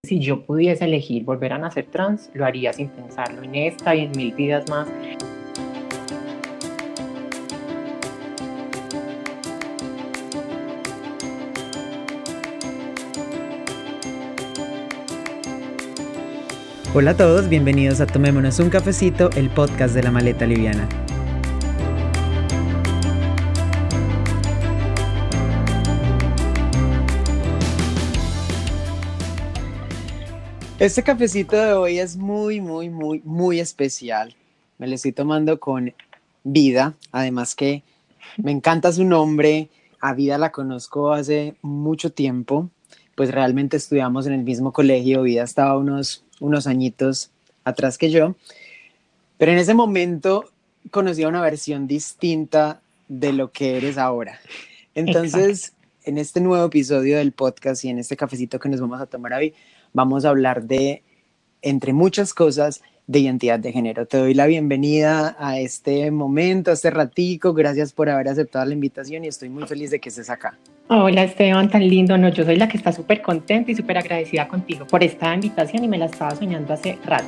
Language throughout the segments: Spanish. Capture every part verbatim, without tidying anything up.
Si yo pudiese elegir volver a nacer trans, lo haría sin pensarlo, en esta y en mil vidas más. Hola a todos, bienvenidos a Tomémonos un Cafecito, el podcast de la maleta liviana. Este cafecito de hoy es muy, muy, muy, muy especial. Me lo estoy tomando con Vida, además que me encanta su nombre. A Vida la conozco hace mucho tiempo, pues realmente estudiamos en el mismo colegio. Vida estaba unos, unos añitos atrás que yo, pero en ese momento conocí a una versión distinta de lo que eres ahora. Entonces, exacto, en este nuevo episodio del podcast y en este cafecito que nos vamos a tomar hoy, vamos a hablar de, entre muchas cosas, de identidad de género. Te doy la bienvenida a este momento, a este ratico. Gracias por haber aceptado la invitación y estoy muy feliz de que estés acá. Hola Esteban, tan lindo. No, yo soy la que está súper contenta y súper agradecida contigo por esta invitación y me la estaba soñando hace rato.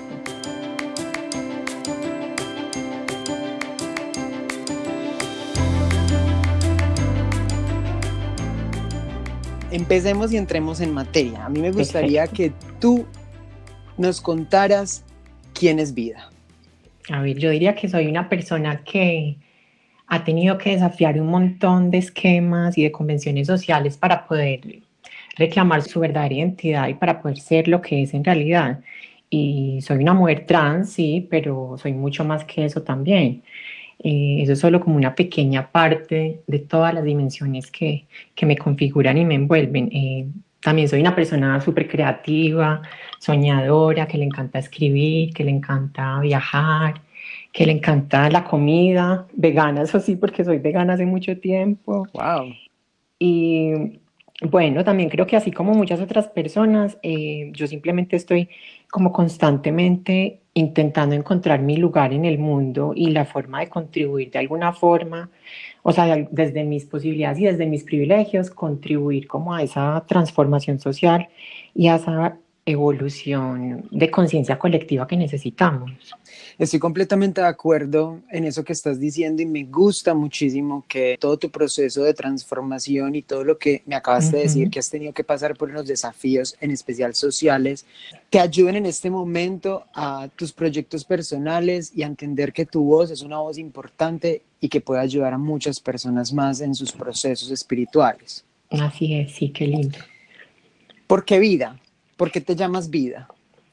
Empecemos y entremos en materia. A mí me gustaría Perfecto. que tú nos contaras quién es Vida. A ver, yo diría que soy una persona que ha tenido que desafiar un montón de esquemas y de convenciones sociales para poder reclamar su verdadera identidad y para poder ser lo que es en realidad. Y soy una mujer trans, sí, pero soy mucho más que eso también. Eh, eso es solo como una pequeña parte de todas las dimensiones que, que me configuran y me envuelven. Eh, también soy una persona súper creativa, soñadora, que le encanta escribir, que le encanta viajar, que le encanta la comida, vegana, eso sí, porque soy vegana hace mucho tiempo. Wow. Y bueno, también creo que así como muchas otras personas, eh, yo simplemente estoy como constantemente intentando encontrar mi lugar en el mundo y la forma de contribuir de alguna forma, o sea, desde mis posibilidades y desde mis privilegios, contribuir como a esa transformación social y a esa evolución de conciencia colectiva que necesitamos. Estoy completamente de acuerdo en eso que estás diciendo y me gusta muchísimo que todo tu proceso de transformación y todo lo que me acabas de uh-huh. decir, que has tenido que pasar por unos desafíos, en especial sociales, te ayuden en este momento a tus proyectos personales y a entender que tu voz es una voz importante y que puede ayudar a muchas personas más en sus procesos espirituales. Así es, sí, qué lindo. ¿Por qué Vida? ¿Por qué te llamas Vida?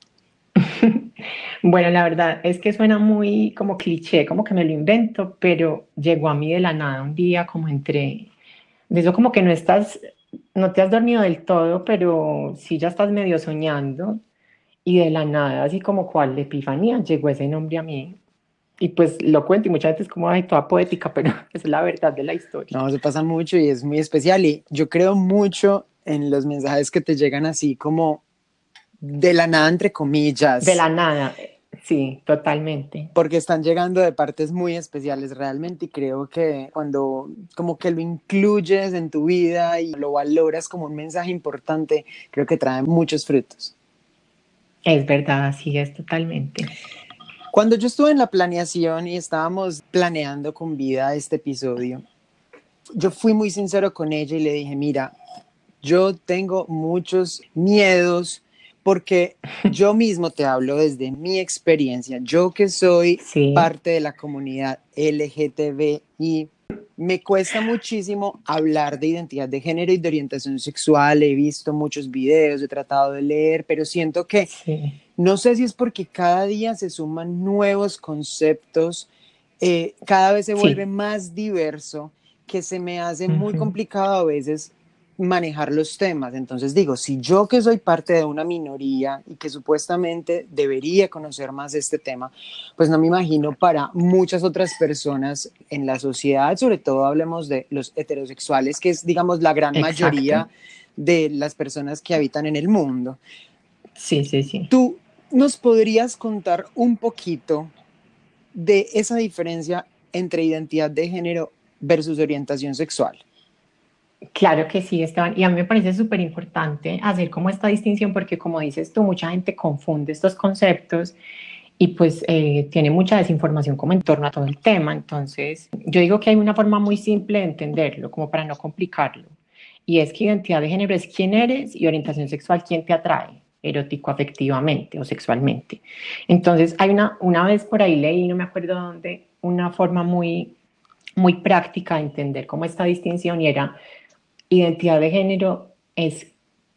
Bueno, la verdad es que suena muy como cliché, como que me lo invento, pero llegó a mí de la nada un día, como entre, de eso como que no estás, no te has dormido del todo, pero sí ya estás medio soñando, y de la nada, así como cual de epifanía, llegó ese nombre a mí. Y pues lo cuento y muchas veces como, ay, toda poética, pero es la verdad de la historia. No, se pasa mucho y es muy especial y yo creo mucho en los mensajes que te llegan así como de la nada, entre comillas. De la nada, sí, totalmente. Porque están llegando de partes muy especiales realmente y creo que cuando como que lo incluyes en tu vida y lo valoras como un mensaje importante, creo que trae muchos frutos. Es verdad, así es totalmente. Cuando yo estuve en la planeación y estábamos planeando con Vida este episodio, yo fui muy sincero con ella y le dije, mira, yo tengo muchos miedos porque yo mismo te hablo desde mi experiencia, yo que soy sí. parte de la comunidad L G T B I, me cuesta muchísimo hablar de identidad de género y de orientación sexual, he visto muchos videos, he tratado de leer, pero siento que sí. no sé si es porque cada día se suman nuevos conceptos, eh, cada vez se vuelve sí. más diverso, que se me hace uh-huh. muy complicado a veces manejar los temas. Entonces digo, si yo que soy parte de una minoría y que supuestamente debería conocer más este tema, pues no me imagino para muchas otras personas en la sociedad, sobre todo hablemos de los heterosexuales, que es, digamos, la gran Exacto. mayoría de las personas que habitan en el mundo. Sí, sí, sí. ¿Tú nos podrías contar un poquito de esa diferencia entre identidad de género versus orientación sexual? Claro que sí, Esteban. Y a mí me parece súper importante hacer como esta distinción porque como dices tú, mucha gente confunde estos conceptos y pues eh, tiene mucha desinformación como en torno a todo el tema. Entonces, yo digo que hay una forma muy simple de entenderlo, como para no complicarlo. Y es que identidad de género es quién eres y orientación sexual quién te atrae, erótico afectivamente o sexualmente. Entonces, hay una, una vez por ahí leí, no me acuerdo dónde, una forma muy, muy práctica de entender cómo esta distinción y era identidad de género es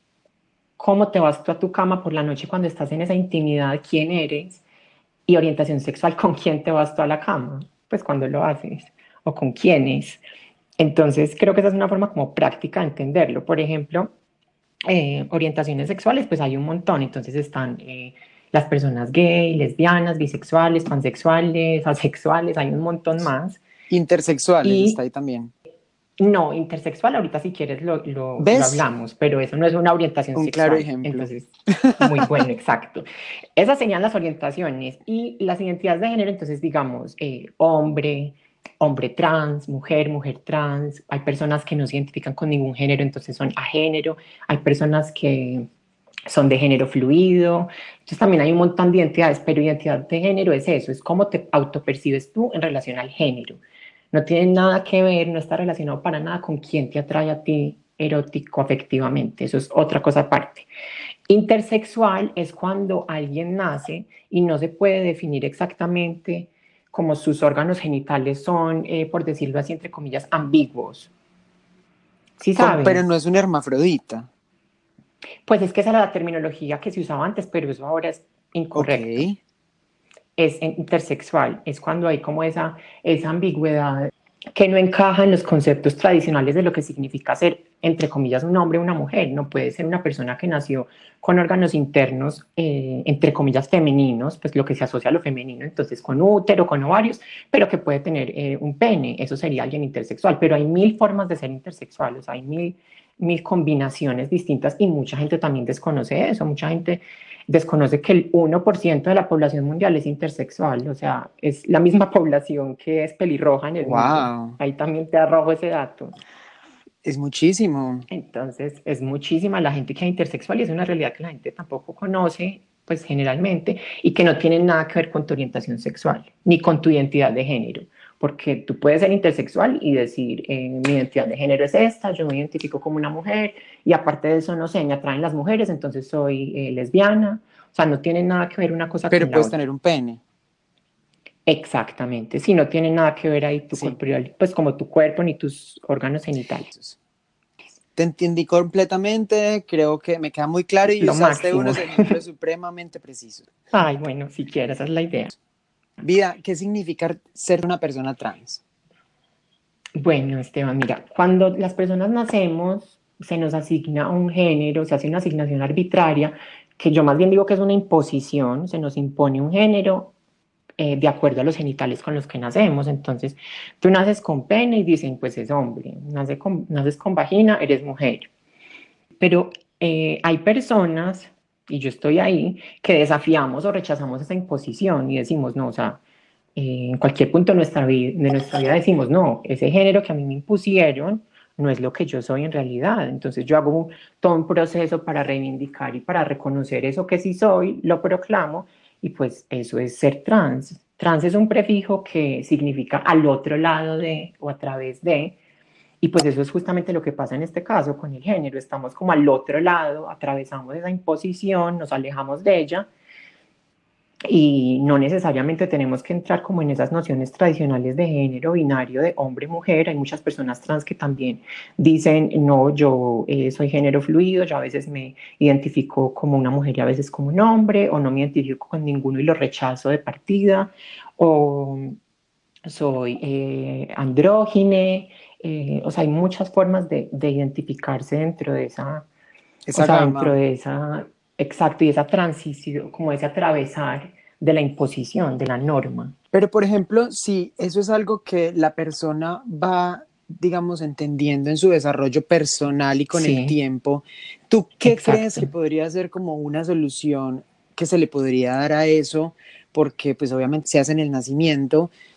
cómo te vas tú a tu cama por la noche cuando estás en esa intimidad, quién eres, y orientación sexual, con quién te vas tú a la cama, pues cuando lo haces, o con quiénes. Entonces, creo que esa es una forma como práctica de entenderlo. Por ejemplo, eh, orientaciones sexuales, pues hay un montón. Entonces están eh, las personas gay, lesbianas, bisexuales, pansexuales, asexuales, hay un montón más. Intersexuales está Y ahí también. no, intersexual, ahorita si quieres lo, lo, lo ¿Ves? hablamos, pero eso no es una orientación Un claro sexual. ejemplo. Entonces, muy bueno, exacto. Esas serían las orientaciones y las identidades de género, entonces digamos, eh, hombre, hombre trans, mujer, mujer trans. Hay personas que no se identifican con ningún género, entonces son agénero. Hay personas que son de género fluido. Entonces también hay un montón de identidades, pero identidad de género es eso, es cómo te autopercibes tú en relación al género. No tiene nada que ver, no está relacionado para nada con quién te atrae a ti erótico afectivamente, eso es otra cosa aparte. Intersexual es cuando alguien nace y no se puede definir exactamente como sus órganos genitales son, eh, por decirlo así, entre comillas, ambiguos. ¿Sí Con- pero no sabes? es un hermafrodita. Pues es que esa era la terminología que se usaba antes, pero eso ahora es Ok. incorrecto. Es intersexual, es cuando hay como esa, esa ambigüedad que no encaja en los conceptos tradicionales de lo que significa ser, entre comillas, un hombre o una mujer. No puede ser una persona que nació con órganos internos, eh, entre comillas, femeninos, pues lo que se asocia a lo femenino, entonces con útero, con ovarios, pero que puede tener eh, un pene. Eso sería alguien intersexual. Pero hay mil formas de ser intersexual, o sea, hay mil, mil combinaciones distintas y mucha gente también desconoce eso. Mucha gente desconoce que el uno por ciento de la población mundial es intersexual, o sea, es la misma población que es pelirroja en el mundo. Wow. Ahí también te arrojo ese dato. Es muchísimo. Entonces, es muchísima la gente que es intersexual y es una realidad que la gente tampoco conoce, pues generalmente, y que no tiene nada que ver con tu orientación sexual, ni con tu identidad de género, porque tú puedes ser intersexual y decir, eh, mi identidad de género es esta, yo me identifico como una mujer, y aparte de eso, no sé, me atraen las mujeres, entonces soy eh, lesbiana, o sea, no tiene nada que ver una cosa Pero con la puedes otra. tener un pene. Exactamente, sí, no tiene nada que ver ahí tu Sí. corporeal, pues como tu cuerpo ni tus órganos genitales. Te entendí completamente, creo que me queda muy claro y Lo usaste máximo. unos ejemplos supremamente precisos. Ay, bueno, si quieres, esa es la idea. Vida, ¿qué significa ser una persona trans? Bueno, Esteban, mira, cuando las personas nacemos, se nos asigna un género, se hace una asignación arbitraria, que yo más bien digo que es una imposición, se nos impone un género eh, de acuerdo a los genitales con los que nacemos. Entonces, tú naces con pene y dicen, pues es hombre, naces con, naces con vagina, eres mujer. Pero eh, hay personas, y yo estoy ahí, que desafiamos o rechazamos esa imposición y decimos, no, o sea, eh, en cualquier punto de nuestra, vida, de nuestra vida decimos, no, ese género que a mí me impusieron no es lo que yo soy en realidad. Entonces yo hago un, todo un proceso para reivindicar y para reconocer eso que sí soy, lo proclamo, y pues eso es ser trans. Trans es un prefijo que significa al otro lado de o a través de, y pues eso es justamente lo que pasa en este caso con el género. Estamos como al otro lado, atravesamos esa imposición, nos alejamos de ella y no necesariamente tenemos que entrar como en esas nociones tradicionales de género binario de hombre-mujer. Hay muchas personas trans que también dicen, no, yo eh, soy género fluido, yo a veces me identifico como una mujer y a veces como un hombre, o no me identifico con ninguno y lo rechazo de partida, o soy eh, andrógine, eh, o sea, hay muchas formas de, de identificarse dentro de esa, o Esa sea, dentro gama. de esa, exacto, y esa transición, como ese atravesar de la imposición, de la norma. Pero, por ejemplo, si eso es algo que la persona va, digamos, entendiendo en su desarrollo personal y con el Sí, tiempo, ¿tú qué crees exacto. que podría ser como una solución que se le podría dar a eso? Porque, pues, obviamente se hace en el nacimiento,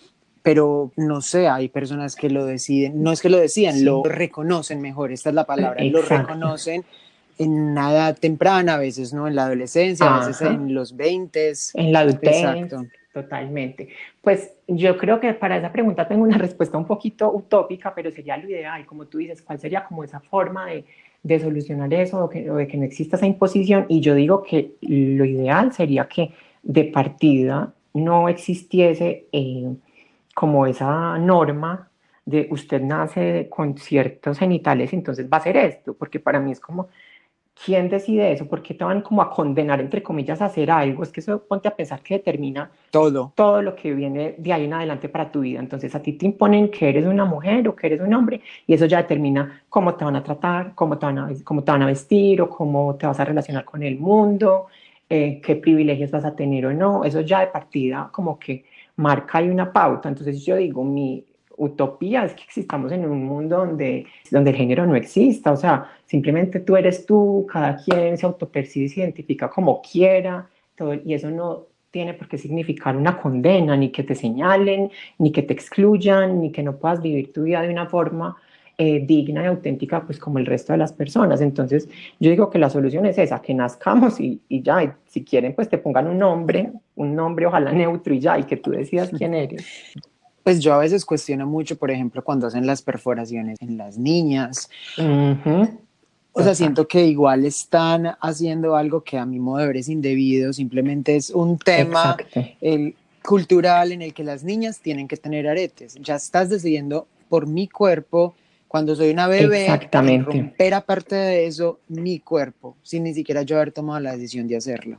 pero no sé, hay personas que lo deciden, no es que lo deciden, sí. Lo reconocen mejor, esta es la palabra, exacto. Lo reconocen en una edad temprana, a veces no en la adolescencia, ajá. A veces en los veintes. En la adultez, exacto. Totalmente. Pues yo creo que para esa pregunta tengo una respuesta un poquito utópica, pero sería lo ideal, como tú dices, ¿cuál sería como esa forma de, de solucionar eso o, que, o de que no exista esa imposición? Y yo digo que lo ideal sería que de partida no existiese eh, como esa norma de usted nace con ciertos genitales, entonces va a ser esto, porque para mí es como, ¿quién decide eso? ¿Por qué te van como a condenar, entre comillas, a hacer algo? Es que eso, ponte a pensar que determina todo, todo lo que viene de ahí en adelante para tu vida. Entonces a ti te imponen que eres una mujer o que eres un hombre y eso ya determina cómo te van a tratar, cómo te van a, cómo te van a vestir o cómo te vas a relacionar con el mundo, eh, qué privilegios vas a tener o no. Eso ya de partida como que marca ahí una pauta. Entonces yo digo, mi utopía es que existamos en un mundo donde, donde el género no exista, o sea, simplemente tú eres tú, cada quien se autopercibe y se identifica como quiera, todo, y eso no tiene por qué significar una condena, ni que te señalen, ni que te excluyan, ni que no puedas vivir tu vida de una forma eh, digna y auténtica, pues como el resto de las personas. Entonces yo digo que la solución es esa, que nazcamos y, y ya, y si quieren pues te pongan un nombre, un nombre ojalá neutro y ya, y que tú decidas quién eres. Pues yo a veces cuestiono mucho, por ejemplo, cuando hacen las perforaciones en las niñas. Uh-huh. O sea, siento que igual están haciendo algo que a mi modo de ver es indebido, simplemente es un tema el, cultural en el que las niñas tienen que tener aretes. Ya estás decidiendo por mi cuerpo, cuando soy una bebé, romper aparte de eso mi cuerpo, sin ni siquiera yo haber tomado la decisión de hacerlo.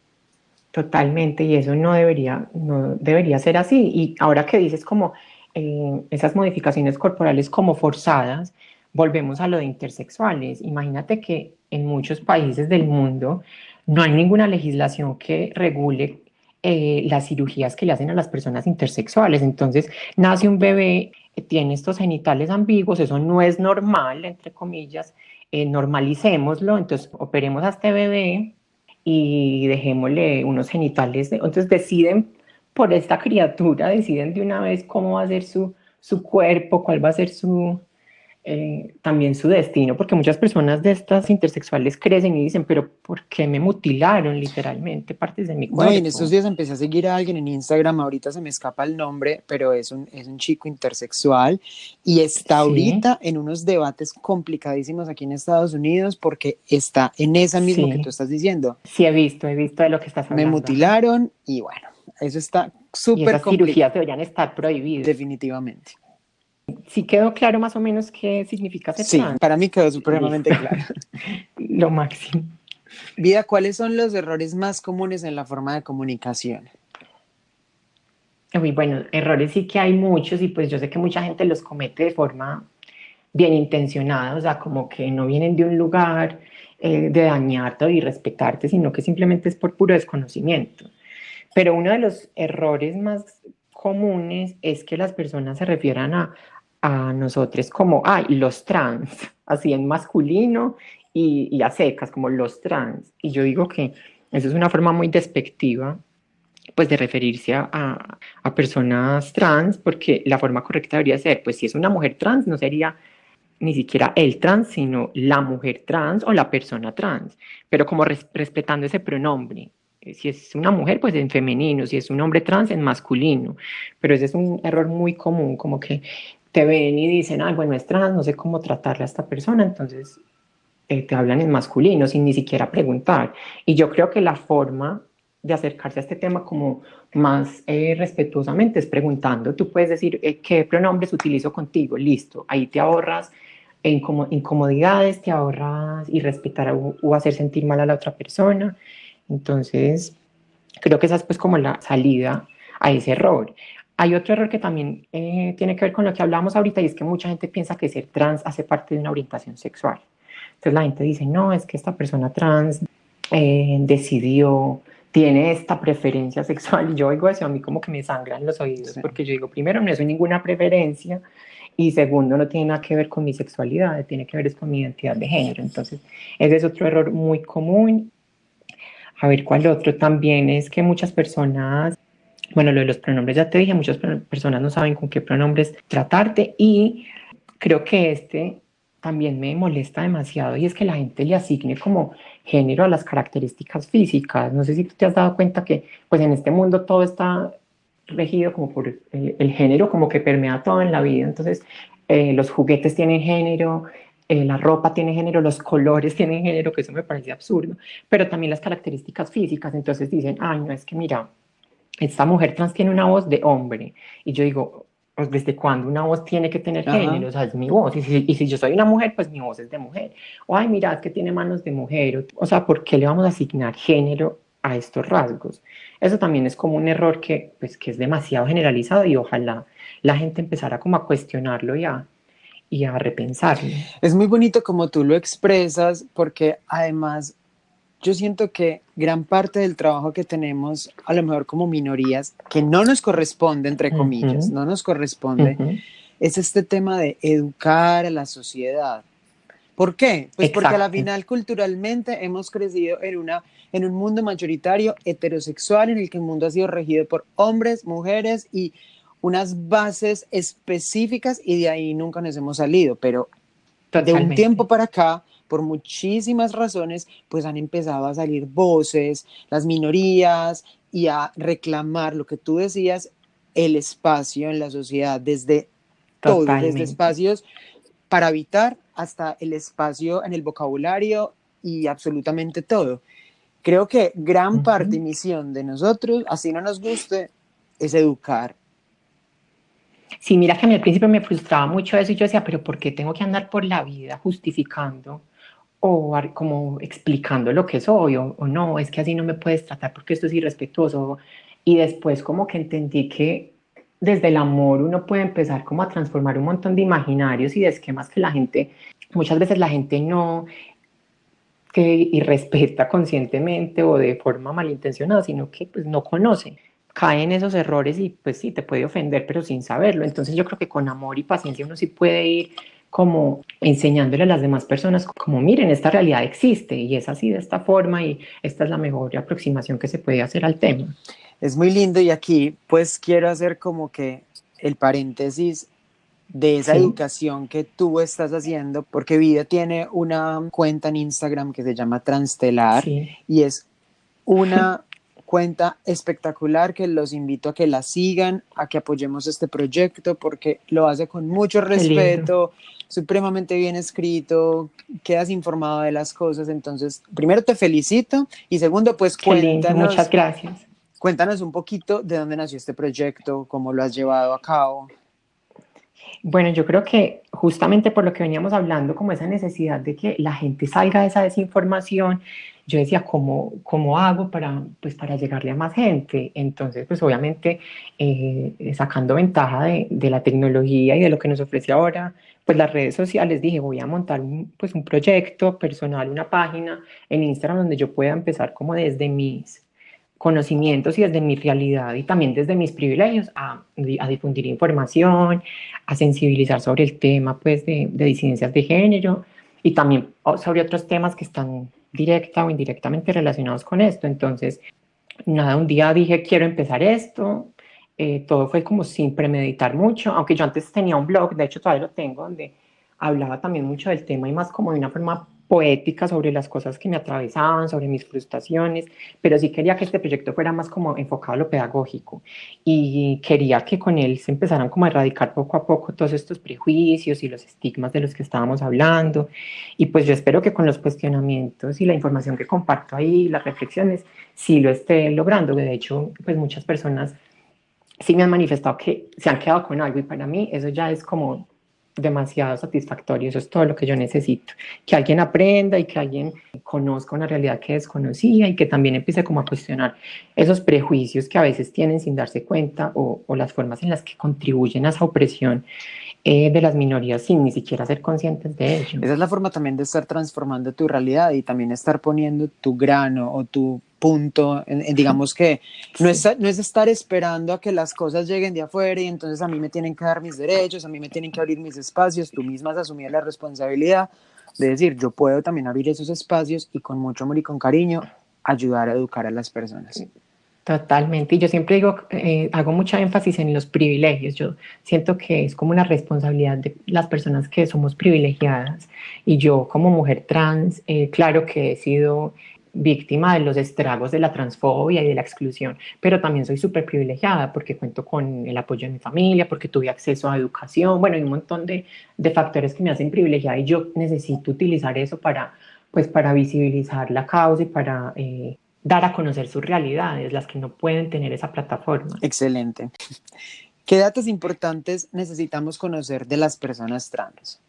Totalmente, y eso no debería, no debería ser así. Y ahora que dices como eh, esas modificaciones corporales como forzadas, volvemos a lo de intersexuales. Imagínate que en muchos países del mundo no hay ninguna legislación que regule eh, las cirugías que le hacen a las personas intersexuales. Entonces, nace un bebé, eh, tiene estos genitales ambiguos, eso no es normal, entre comillas, eh, normalicémoslo, entonces operemos a este bebé y dejémosle unos genitales. De, entonces deciden por esta criatura, deciden de una vez cómo va a ser su, su cuerpo, cuál va a ser su, eh, también su destino, porque muchas personas de estas intersexuales crecen y dicen, pero ¿por qué me mutilaron literalmente partes de mi cuerpo? No, y en estos días empecé a seguir a alguien en Instagram, ahorita se me escapa el nombre, pero es un, es un chico intersexual y está sí. ahorita en unos debates complicadísimos aquí en Estados Unidos porque está en esa misma sí. que tú estás diciendo. Sí, he visto, he visto de lo que estás hablando. Me mutilaron y bueno, eso está súper complicado. Y esas cirugías deberían estar prohibidas. Definitivamente. ¿Sí quedó claro más o menos qué significa ser sí, trans? Sí, para mí quedó supremamente claro. Lo máximo. Vida, ¿cuáles son los errores más comunes en la forma de comunicación? Uy, bueno, errores sí que hay muchos y pues yo sé que mucha gente los comete de forma bien intencionada, o sea, como que no vienen de un lugar eh, de dañarte o irrespetarte, sino que simplemente es por puro desconocimiento. Pero uno de los errores más comunes es que las personas se refieran a, a nosotros como, ay, los trans, así en masculino y, y a secas, como los trans. Y yo digo que eso es una forma muy despectiva, pues de referirse a, a, a personas trans, porque la forma correcta debería ser, pues si es una mujer trans, no sería ni siquiera el trans, sino la mujer trans o la persona trans, pero como res, respetando ese pronombre. Si es una mujer, pues en femenino, si es un hombre trans, en masculino. Pero ese es un error muy común, como que te ven y dicen, ay, bueno, es trans, no sé cómo tratarle a esta persona, entonces eh, te hablan en masculino sin ni siquiera preguntar. Y yo creo que la forma de acercarse a este tema como más eh, respetuosamente es preguntando. Tú puedes decir, eh, ¿qué pronombres utilizo contigo? Listo, ahí te ahorras incomodidades, te ahorras irrespetar o, o hacer sentir mal a la otra persona. Entonces, creo que esa es pues como la salida a ese error. Hay otro error que también eh, tiene que ver con lo que hablamos ahorita y es que mucha gente piensa que ser trans hace parte de una orientación sexual. Entonces la gente dice, no, es que esta persona trans eh, decidió, tiene esta preferencia sexual. Y yo oigo eso, a mí como que me sangran los oídos, sí. porque yo digo, primero, no es ninguna preferencia, y segundo, no tiene nada que ver con mi sexualidad, tiene que ver es con mi identidad de género. Entonces, ese es otro error muy común. A ver, ¿cuál otro? También es que muchas personas Bueno, lo de los pronombres ya te dije, muchas personas no saben con qué pronombres tratarte y creo que este también me molesta demasiado y es que la gente le asigne como género a las características físicas. No sé si tú te has dado cuenta que pues en este mundo todo está regido como por el, el género, como que permea todo en la vida. Entonces, eh, los juguetes tienen género, eh, la ropa tiene género, los colores tienen género, que eso me parece absurdo, pero también las características físicas. Entonces dicen, ay, no, es que mira, esta mujer trans tiene una voz de hombre. Y yo digo, pues desde cuándo una voz tiene que tener Ajá. género, o sea, es mi voz. Y si, y si yo soy una mujer, pues mi voz es de mujer. O, ay, mira, es que tiene manos de mujer. O sea, ¿por qué le vamos a asignar género a estos rasgos? Eso también es como un error que, pues, que es demasiado generalizado y ojalá la gente empezara como a cuestionarlo y a, y a repensarlo. Es muy bonito como tú lo expresas, porque además yo siento que gran parte del trabajo que tenemos, a lo mejor como minorías, que no nos corresponde, entre Uh comillas, -huh, no nos uh corresponde, -huh. es este tema de educar a la sociedad. ¿Por qué? Pues porque a la Exacto. final culturalmente hemos crecido en, una, en un mundo mayoritario heterosexual en el que el mundo ha sido regido por hombres, mujeres y unas bases específicas y de ahí nunca nos hemos salido, pero de un tiempo Totalmente. para acá, por muchísimas razones, pues han empezado a salir voces, las minorías y a reclamar lo que tú decías, el espacio en la sociedad, desde todo, desde Totalmente. espacios para habitar hasta el espacio en el vocabulario y absolutamente todo. Creo que gran Uh parte y -huh. misión de nosotros, así no nos guste, es educar. Sí, mira que a mí al principio me frustraba mucho eso y yo decía, pero ¿por qué tengo que andar por la vida justificando o como explicando lo que soy o, o no? Es que así no me puedes tratar porque esto es irrespetuoso. Y después como que entendí que desde el amor uno puede empezar como a transformar un montón de imaginarios y de esquemas que la gente, muchas veces la gente no que irrespeta conscientemente o de forma malintencionada, sino que pues no conoce, cae en esos errores y pues sí, te puede ofender, pero sin saberlo. Entonces yo creo que con amor y paciencia uno sí puede ir como enseñándole a las demás personas, como miren, esta realidad existe y es así de esta forma y esta es la mejor aproximación que se puede hacer al tema. Es muy lindo y aquí pues quiero hacer como que el paréntesis de esa Sí, educación que tú estás haciendo, porque Vida tiene una cuenta en Instagram que se llama Transtelar sí. y es una cuenta espectacular que los invito a que la sigan, a que apoyemos este proyecto porque lo hace con mucho Qué lindo. respeto, supremamente bien escrito, quedas informado de las cosas, entonces primero te felicito y segundo pues Qué lindo. Muchas cuéntanos, gracias. cuéntanos un poquito de dónde nació este proyecto, cómo lo has llevado a cabo. Bueno, yo creo que justamente por lo que veníamos hablando, como esa necesidad de que la gente salga de esa desinformación, yo decía, ¿cómo, cómo hago para, pues, para llegarle a más gente? Entonces, pues obviamente, eh, sacando ventaja de, de, la tecnología y de lo que nos ofrece ahora, pues las redes sociales, dije, voy a montar un, pues, un proyecto personal, una página en Instagram donde yo pueda empezar como desde mis conocimientos y desde mi realidad y también desde mis privilegios a, a difundir información, a sensibilizar sobre el tema pues, de, de disidencias de género y también sobre otros temas que están directa o indirectamente relacionados con esto. Entonces, nada, un día dije, quiero empezar esto. Eh, todo fue como sin premeditar mucho, aunque yo antes tenía un blog, de hecho todavía lo tengo, donde hablaba también mucho del tema y más como de una forma poética sobre las cosas que me atravesaban, sobre mis frustraciones, pero sí quería que este proyecto fuera más como enfocado a lo pedagógico y quería que con él se empezaran como a erradicar poco a poco todos estos prejuicios y los estigmas de los que estábamos hablando y pues yo espero que con los cuestionamientos y la información que comparto ahí, las reflexiones, sí lo esté logrando. De hecho, pues muchas personas sí me han manifestado que se han quedado con algo y para mí eso ya es como demasiado satisfactorio, eso es todo lo que yo necesito, que alguien aprenda y que alguien conozca una realidad que desconocía y que también empiece como a cuestionar esos prejuicios que a veces tienen sin darse cuenta o, o las formas en las que contribuyen a esa opresión eh, de las minorías sin ni siquiera ser conscientes de ello. Esa es la forma también de estar transformando tu realidad y también estar poniendo tu grano o tu punto, en, en, digamos que no es, Sí. no es estar esperando a que las cosas lleguen de afuera y entonces a mí me tienen que dar mis derechos, a mí me tienen que abrir mis espacios, tú misma has asumido la responsabilidad de decir, yo puedo también abrir esos espacios y con mucho amor y con cariño ayudar a educar a las personas. Totalmente. Y yo siempre digo, eh, hago mucha énfasis en los privilegios. Yo siento que es como una responsabilidad de las personas que somos privilegiadas. Y yo como mujer trans, eh, claro que he sido víctima de los estragos de la transfobia y de la exclusión, pero también soy súper privilegiada porque cuento con el apoyo de mi familia, porque tuve acceso a educación, bueno, hay un montón de, de factores que me hacen privilegiada y yo necesito utilizar eso para, pues, para visibilizar la causa y para... Eh, dar a conocer sus realidades, las que no pueden tener esa plataforma. Excelente. ¿Qué datos importantes necesitamos conocer de las personas trans?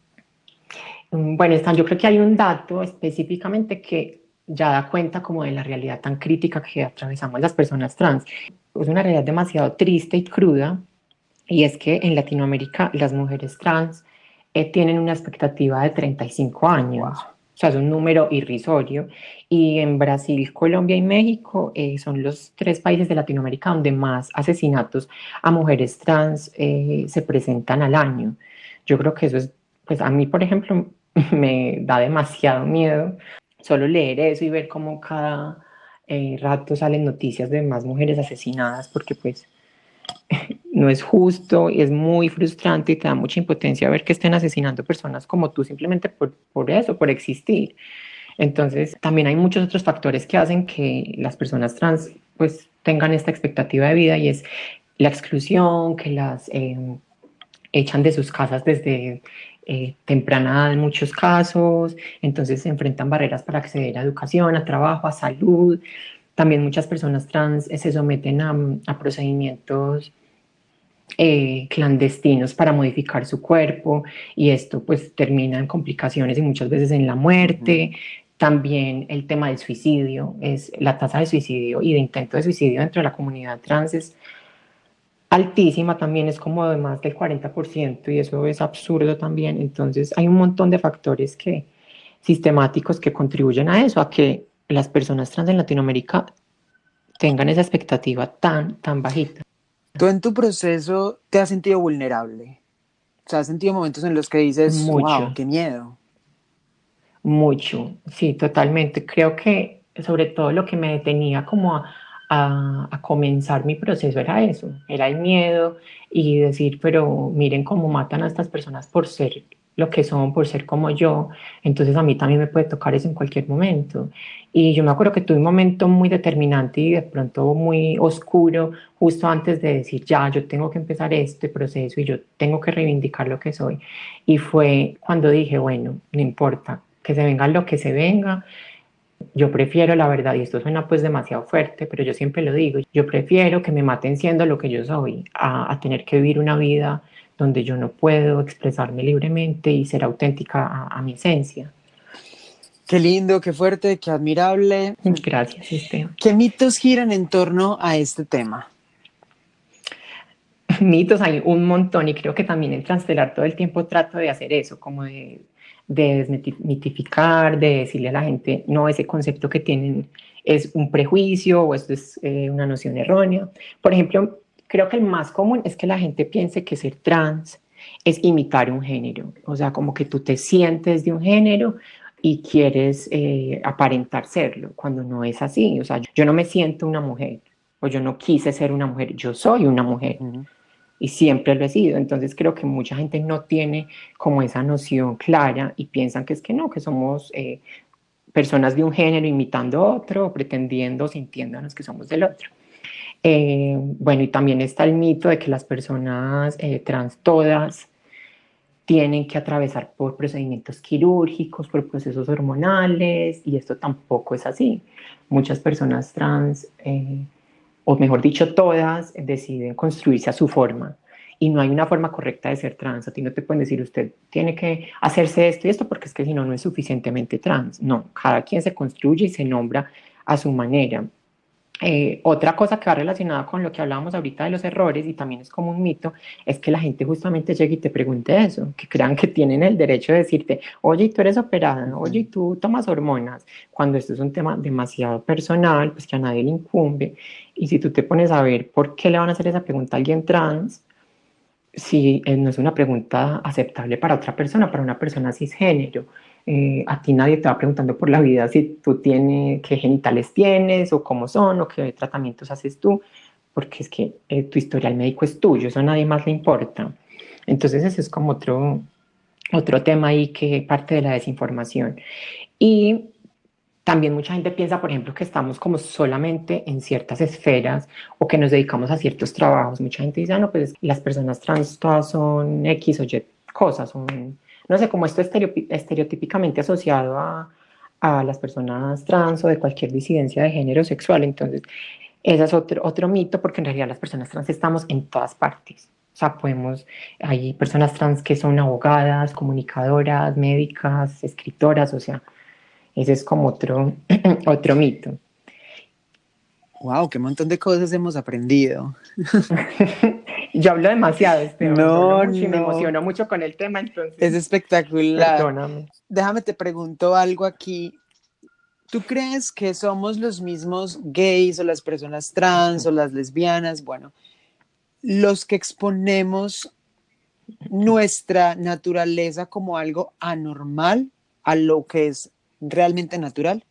Bueno, Stan, yo creo que hay un dato específicamente que ya da cuenta como de la realidad tan crítica que atravesamos las personas trans. Es una realidad demasiado triste y cruda, y es que en Latinoamérica las mujeres trans eh, tienen una expectativa de treinta y cinco años. Wow. O sea, es un número irrisorio. Y en Brasil, Colombia y México eh, son los tres países de Latinoamérica donde más asesinatos a mujeres trans eh, se presentan al año. Yo creo que eso es, pues a mí, por ejemplo, me da demasiado miedo solo leer eso y ver cómo cada eh, rato salen noticias de más mujeres asesinadas, porque pues no es justo y es muy frustrante y te da mucha impotencia ver que estén asesinando personas como tú simplemente por, por eso, por existir. Entonces, también hay muchos otros factores que hacen que las personas trans pues tengan esta expectativa de vida, y es la exclusión, que las eh, echan de sus casas desde eh, temprana edad en muchos casos, entonces se enfrentan barreras para acceder a educación, a trabajo, a salud. También muchas personas trans eh, se someten a, a procedimientos Eh, clandestinos para modificar su cuerpo, y esto pues termina en complicaciones y muchas veces en la muerte. Uh-huh. También el tema del suicidio, es la tasa de suicidio y de intento de suicidio dentro de la comunidad trans es altísima, también es como de más del cuarenta por ciento, y eso es absurdo también. Entonces hay un montón de factores que, sistemáticos que contribuyen a eso, a que las personas trans en Latinoamérica tengan esa expectativa tan, tan bajita. ¿Tú en tu proceso te has sentido vulnerable? O sea, ¿has sentido momentos en los que dices, Mucho. wow, qué miedo? Mucho, sí, totalmente. Creo que sobre todo lo que me detenía como a, a, a comenzar mi proceso era eso, era el miedo y decir, pero miren cómo matan a estas personas por ser lo que son, por ser como yo, entonces a mí también me puede tocar eso en cualquier momento. Y yo me acuerdo que tuve un momento muy determinante y de pronto muy oscuro, justo antes de decir, ya, yo tengo que empezar este proceso y yo tengo que reivindicar lo que soy. Y fue cuando dije, bueno, no importa, que se venga lo que se venga. Yo prefiero, la verdad, y esto suena pues demasiado fuerte, pero yo siempre lo digo, yo prefiero que me maten siendo lo que yo soy, a, a tener que vivir una vida donde yo no puedo expresarme libremente y ser auténtica a, a mi esencia. Qué lindo, qué fuerte, qué admirable. Gracias, Esteban. ¿Qué mitos giran en torno a este tema? Mitos hay un montón, y creo que también en Transtelar todo el tiempo trato de hacer eso, como de, de desmitificar, de decirle a la gente, no, ese concepto que tienen es un prejuicio o esto es eh, una noción errónea. Por ejemplo, creo que el más común es que la gente piense que ser trans es imitar un género, o sea, como que tú te sientes de un género y quieres eh, aparentar serlo, cuando no es así. O sea, yo no me siento una mujer, o yo no quise ser una mujer, yo soy una mujer. Uh-huh. Y siempre lo he sido. Entonces creo que mucha gente no tiene como esa noción clara y piensan que es que no, que somos eh, personas de un género imitando otro, pretendiendo, sintiéndonos que somos del otro. Eh, bueno, y también está el mito de que las personas eh, trans todas tienen que atravesar por procedimientos quirúrgicos, por procesos hormonales, y esto tampoco es así. Muchas personas trans, eh, o mejor dicho, todas, deciden construirse a su forma. Y no hay una forma correcta de ser trans. A ti no te pueden decir, usted tiene que hacerse esto y esto porque es que si no, no es suficientemente trans. No, cada quien se construye y se nombra a su manera. Eh, otra cosa que va relacionada con lo que hablábamos ahorita de los errores, y también es como un mito, es que la gente justamente llegue y te pregunte eso, que crean que tienen el derecho de decirte, oye, tú eres operada, oye, ¿y tú tomas hormonas? Cuando esto es un tema demasiado personal, pues que a nadie le incumbe. Y si tú te pones a ver por qué le van a hacer esa pregunta a alguien trans, si no es una pregunta aceptable para otra persona, para una persona cisgénero. Eh, a ti nadie te va preguntando por la vida si tú tienes, qué genitales tienes o cómo son o qué tratamientos haces tú, porque es que eh, tu historial médico es tuyo, eso a nadie más le importa. Entonces ese es como otro, otro tema ahí que parte de la desinformación. Y también mucha gente piensa, por ejemplo, que estamos como solamente en ciertas esferas o que nos dedicamos a ciertos trabajos. Mucha gente dice, ah, no, pues las personas trans todas son X o Y cosas, son, no sé, como esto estereotípicamente asociado a, a las personas trans o de cualquier disidencia de género sexual. Entonces, ese es otro, otro mito, porque en realidad las personas trans estamos en todas partes. O sea, podemos, hay personas trans que son abogadas, comunicadoras, médicas, escritoras, o sea, ese es como otro, otro mito. Wow, qué montón de cosas hemos aprendido. Yo hablo demasiado, Esteban, yo hablo No, mucho y me no, emociono mucho con el tema, es entonces, espectacular. perdóname. Déjame te pregunto algo aquí. ¿Tú crees que somos los mismos gays o las personas trans o las lesbianas, bueno, los que exponemos nuestra naturaleza como algo anormal a lo que es realmente natural?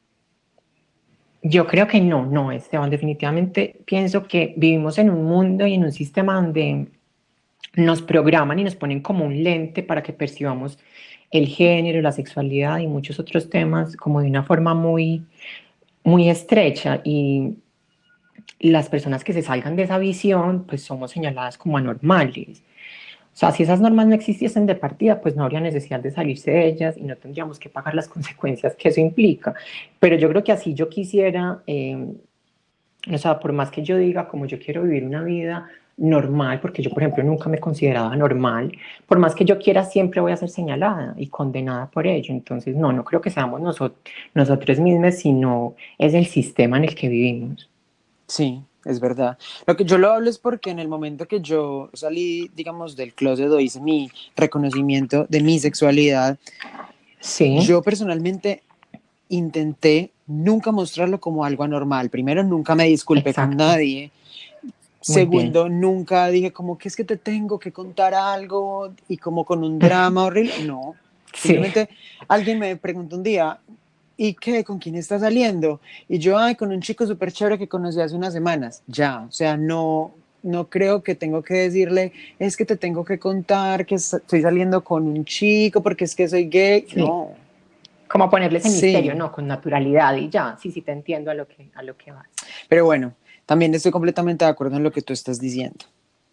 Yo creo que no, no, Esteban, definitivamente pienso que vivimos en un mundo y en un sistema donde nos programan y nos ponen como un lente para que percibamos el género, la sexualidad y muchos otros temas como de una forma muy, muy estrecha, y las personas que se salgan de esa visión pues somos señaladas como anormales. O sea, si esas normas no existiesen de partida, pues no habría necesidad de salirse de ellas y no tendríamos que pagar las consecuencias que eso implica. Pero yo creo que así yo quisiera, eh, o sea, por más que yo diga como yo quiero vivir una vida normal, porque yo, por ejemplo, nunca me consideraba normal, por más que yo quiera, siempre voy a ser señalada y condenada por ello. Entonces, no, no creo que seamos nosotros, nosotros mismos, sino es el sistema en el que vivimos. Sí, es verdad. Lo que yo lo hablo es porque en el momento que yo salí, digamos, del closet o hice mi reconocimiento de mi sexualidad, Sí, yo personalmente intenté nunca mostrarlo como algo anormal. Primero, nunca me disculpé con exacto, nadie. muy bien. Segundo, nunca dije como que es que te tengo que contar algo y como con un drama horrible. No, Sí, simplemente alguien me preguntó un día, ¿y qué? ¿Con quién estás saliendo? Y yo, ay, con un chico súper chévere que conocí hace unas semanas. Ya, o sea, no, no creo que tengo que decirle, es que te tengo que contar que estoy saliendo con un chico porque es que soy gay. sí. No, Como ponerle ese misterio, sí, ¿no? Con naturalidad y ya, sí, sí te entiendo a lo que, a lo que vas. pero bueno, también estoy completamente de acuerdo en lo que tú estás diciendo.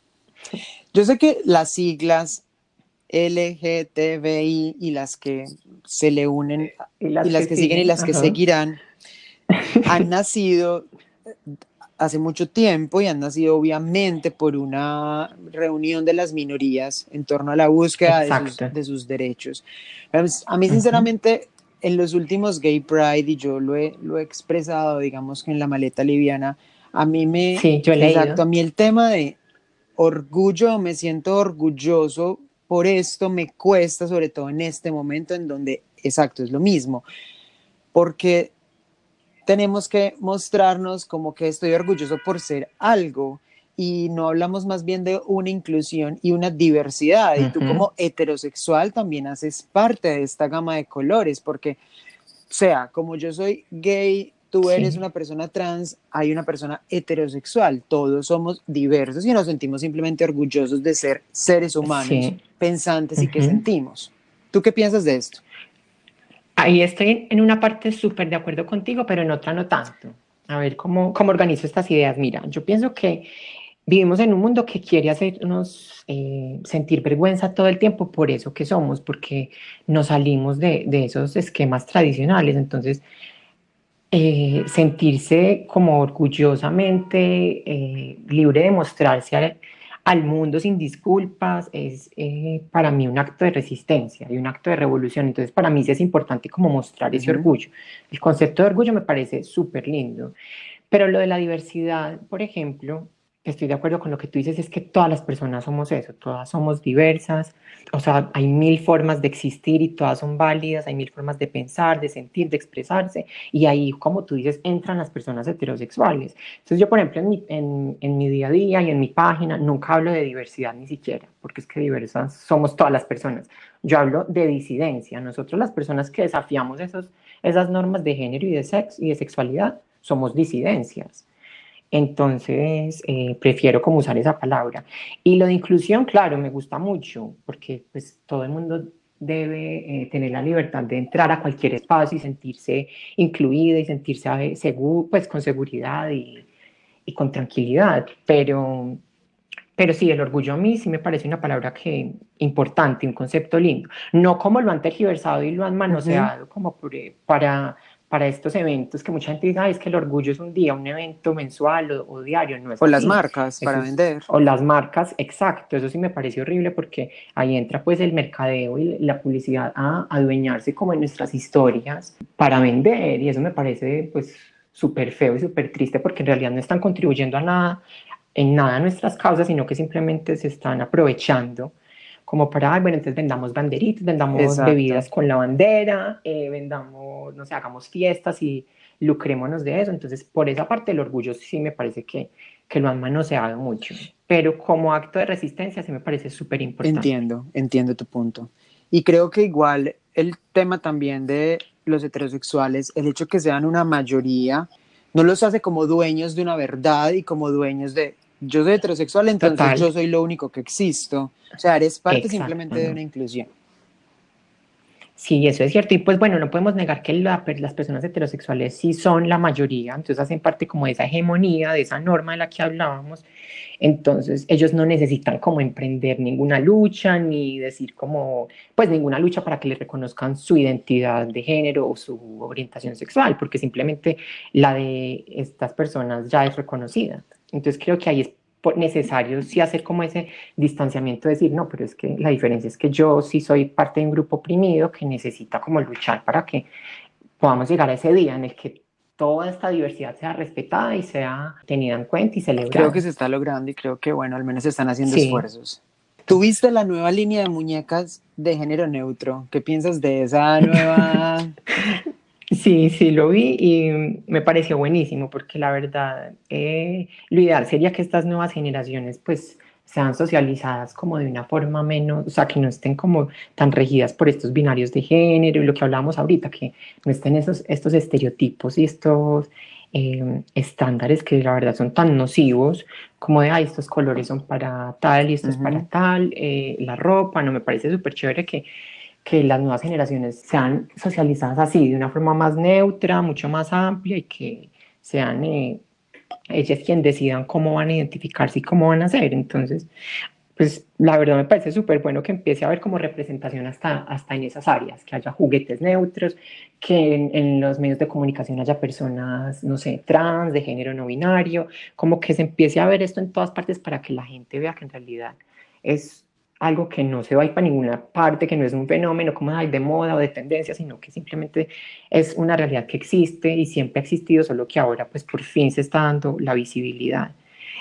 Yo sé que las siglas L G T B I y las que se le unen Y y las las que que siguen y siguen, las que ajá. seguirán han nacido hace mucho tiempo y han nacido obviamente por una reunión de las minorías en torno a la búsqueda de sus, Exacto. de sus derechos. A mí Ujú. sinceramente en los últimos Gay Pride, y yo lo he, lo he expresado digamos que en la maleta liviana, a mí me, Sí, yo he exacto, leído. a mí el tema de orgullo, me siento orgulloso por esto, me cuesta, sobre todo en este momento en donde, exacto, es lo mismo, porque tenemos que mostrarnos como que estoy orgulloso por ser algo y no hablamos más bien de una inclusión y una diversidad. Y tú Ujú. como heterosexual también haces parte de esta gama de colores, porque, o sea, como yo soy gay, tú eres Sí, una persona trans, hay una persona heterosexual, todos somos diversos y nos sentimos simplemente orgullosos de ser seres humanos, sí. pensantes y que Ujú. sentimos. ¿Tú qué piensas de esto? Ahí estoy en una parte súper de acuerdo contigo, pero en otra no tanto. A ver cómo, cómo organizo estas ideas. Mira, yo pienso que vivimos en un mundo que quiere hacernos eh, sentir vergüenza todo el tiempo por eso que somos, porque nos salimos de, de esos esquemas tradicionales. Entonces, eh, sentirse como orgullosamente eh, libre de mostrarse al, al mundo sin disculpas es eh, para mí un acto de resistencia y un acto de revolución. Entonces, para mí sí es importante como mostrar ese Ujú. orgullo. El concepto de orgullo me parece súper lindo. Pero lo de la diversidad, por ejemplo, estoy de acuerdo con lo que tú dices, es que todas las personas somos eso, todas somos diversas, o sea, hay mil formas de existir y todas son válidas, hay mil formas de pensar, de sentir, de expresarse, y ahí, como tú dices, entran las personas heterosexuales. Entonces yo, por ejemplo, en mi, en, en mi día a día y en mi página, nunca hablo de diversidad ni siquiera, porque es que diversas somos todas las personas. yo hablo de disidencia. Nosotros las personas que desafiamos esos, esas normas de género y de, sex, y de sexualidad somos disidencias. Entonces, eh, prefiero como usar esa palabra. Y lo de inclusión, claro, me gusta mucho, porque pues todo el mundo debe eh, tener la libertad de entrar a cualquier espacio y sentirse incluida y sentirse seguro, pues con seguridad y, y con tranquilidad. Pero, pero sí, el orgullo a mí sí me parece una palabra que importante, un concepto lindo. No como lo han tergiversado y lo han manoseado, uh-huh. como por, para para estos eventos que mucha gente dice, ah, es que el orgullo es un día, un evento mensual o, o diario, no es o así. las marcas eso para es, vender. O las marcas, exacto, eso sí me parece horrible porque ahí entra pues el mercadeo y la publicidad a adueñarse como en nuestras historias para vender y eso me parece pues súper feo y súper triste porque en realidad no están contribuyendo a nada, en nada a nuestras causas, sino que simplemente se están aprovechando como para, ay, bueno, entonces vendamos banderitas, vendamos Exacto. bebidas con la bandera, eh, vendamos, no sé, hagamos fiestas y lucrémonos de eso. Entonces, por esa parte, el orgullo sí me parece que, que lo han manoseado mucho. Pero como acto de resistencia sí me parece súper importante. Entiendo, entiendo tu punto. Y creo que igual el tema también de los heterosexuales, el hecho que sean una mayoría, no los hace como dueños de una verdad y como dueños de yo soy heterosexual, entonces Total. Yo soy lo único que existo. O sea, eres parte simplemente de una inclusión. Sí, eso es cierto. Y pues bueno, no podemos negar que la, las personas heterosexuales sí son la mayoría, entonces hacen parte como de esa hegemonía, de esa norma de la que hablábamos. Entonces ellos no necesitan como emprender ninguna lucha, ni decir como, pues ninguna lucha para que les reconozcan su identidad de género o su orientación sexual, porque simplemente la de estas personas ya es reconocida. Entonces creo que ahí es necesario sí hacer como ese distanciamiento, decir, no, pero es que la diferencia es que yo sí soy parte de un grupo oprimido que necesita como luchar para que podamos llegar a ese día en el que toda esta diversidad sea respetada y sea tenida en cuenta y celebrada. Creo que se está logrando y creo que, bueno, al menos se están haciendo sí. esfuerzos. ¿Tuviste la nueva línea de muñecas de género neutro? ¿Qué piensas de esa nueva...? Sí, sí, lo vi y me pareció buenísimo porque la verdad, eh, lo ideal sería que estas nuevas generaciones pues sean socializadas como de una forma menos, o sea, que no estén como tan regidas por estos binarios de género y lo que hablábamos ahorita, que no estén esos, estos estereotipos y estos eh, estándares que la verdad son tan nocivos como de, ay, estos colores son para tal y estos uh-huh. para tal, eh, la ropa, no, me parece súper chévere que que las nuevas generaciones sean socializadas así, de una forma más neutra, mucho más amplia y que sean eh, ellas quienes decidan cómo van a identificarse y cómo van a ser. Entonces, pues la verdad me parece súper bueno que empiece a haber como representación hasta, hasta en esas áreas, que haya juguetes neutros, que en, en los medios de comunicación haya personas, no sé, trans, de género no binario, como que se empiece a ver esto en todas partes para que la gente vea que en realidad es algo que no se va a ir para ninguna parte, que no es un fenómeno como hay de moda o de tendencia, sino que simplemente es una realidad que existe y siempre ha existido, solo que ahora pues por fin se está dando la visibilidad.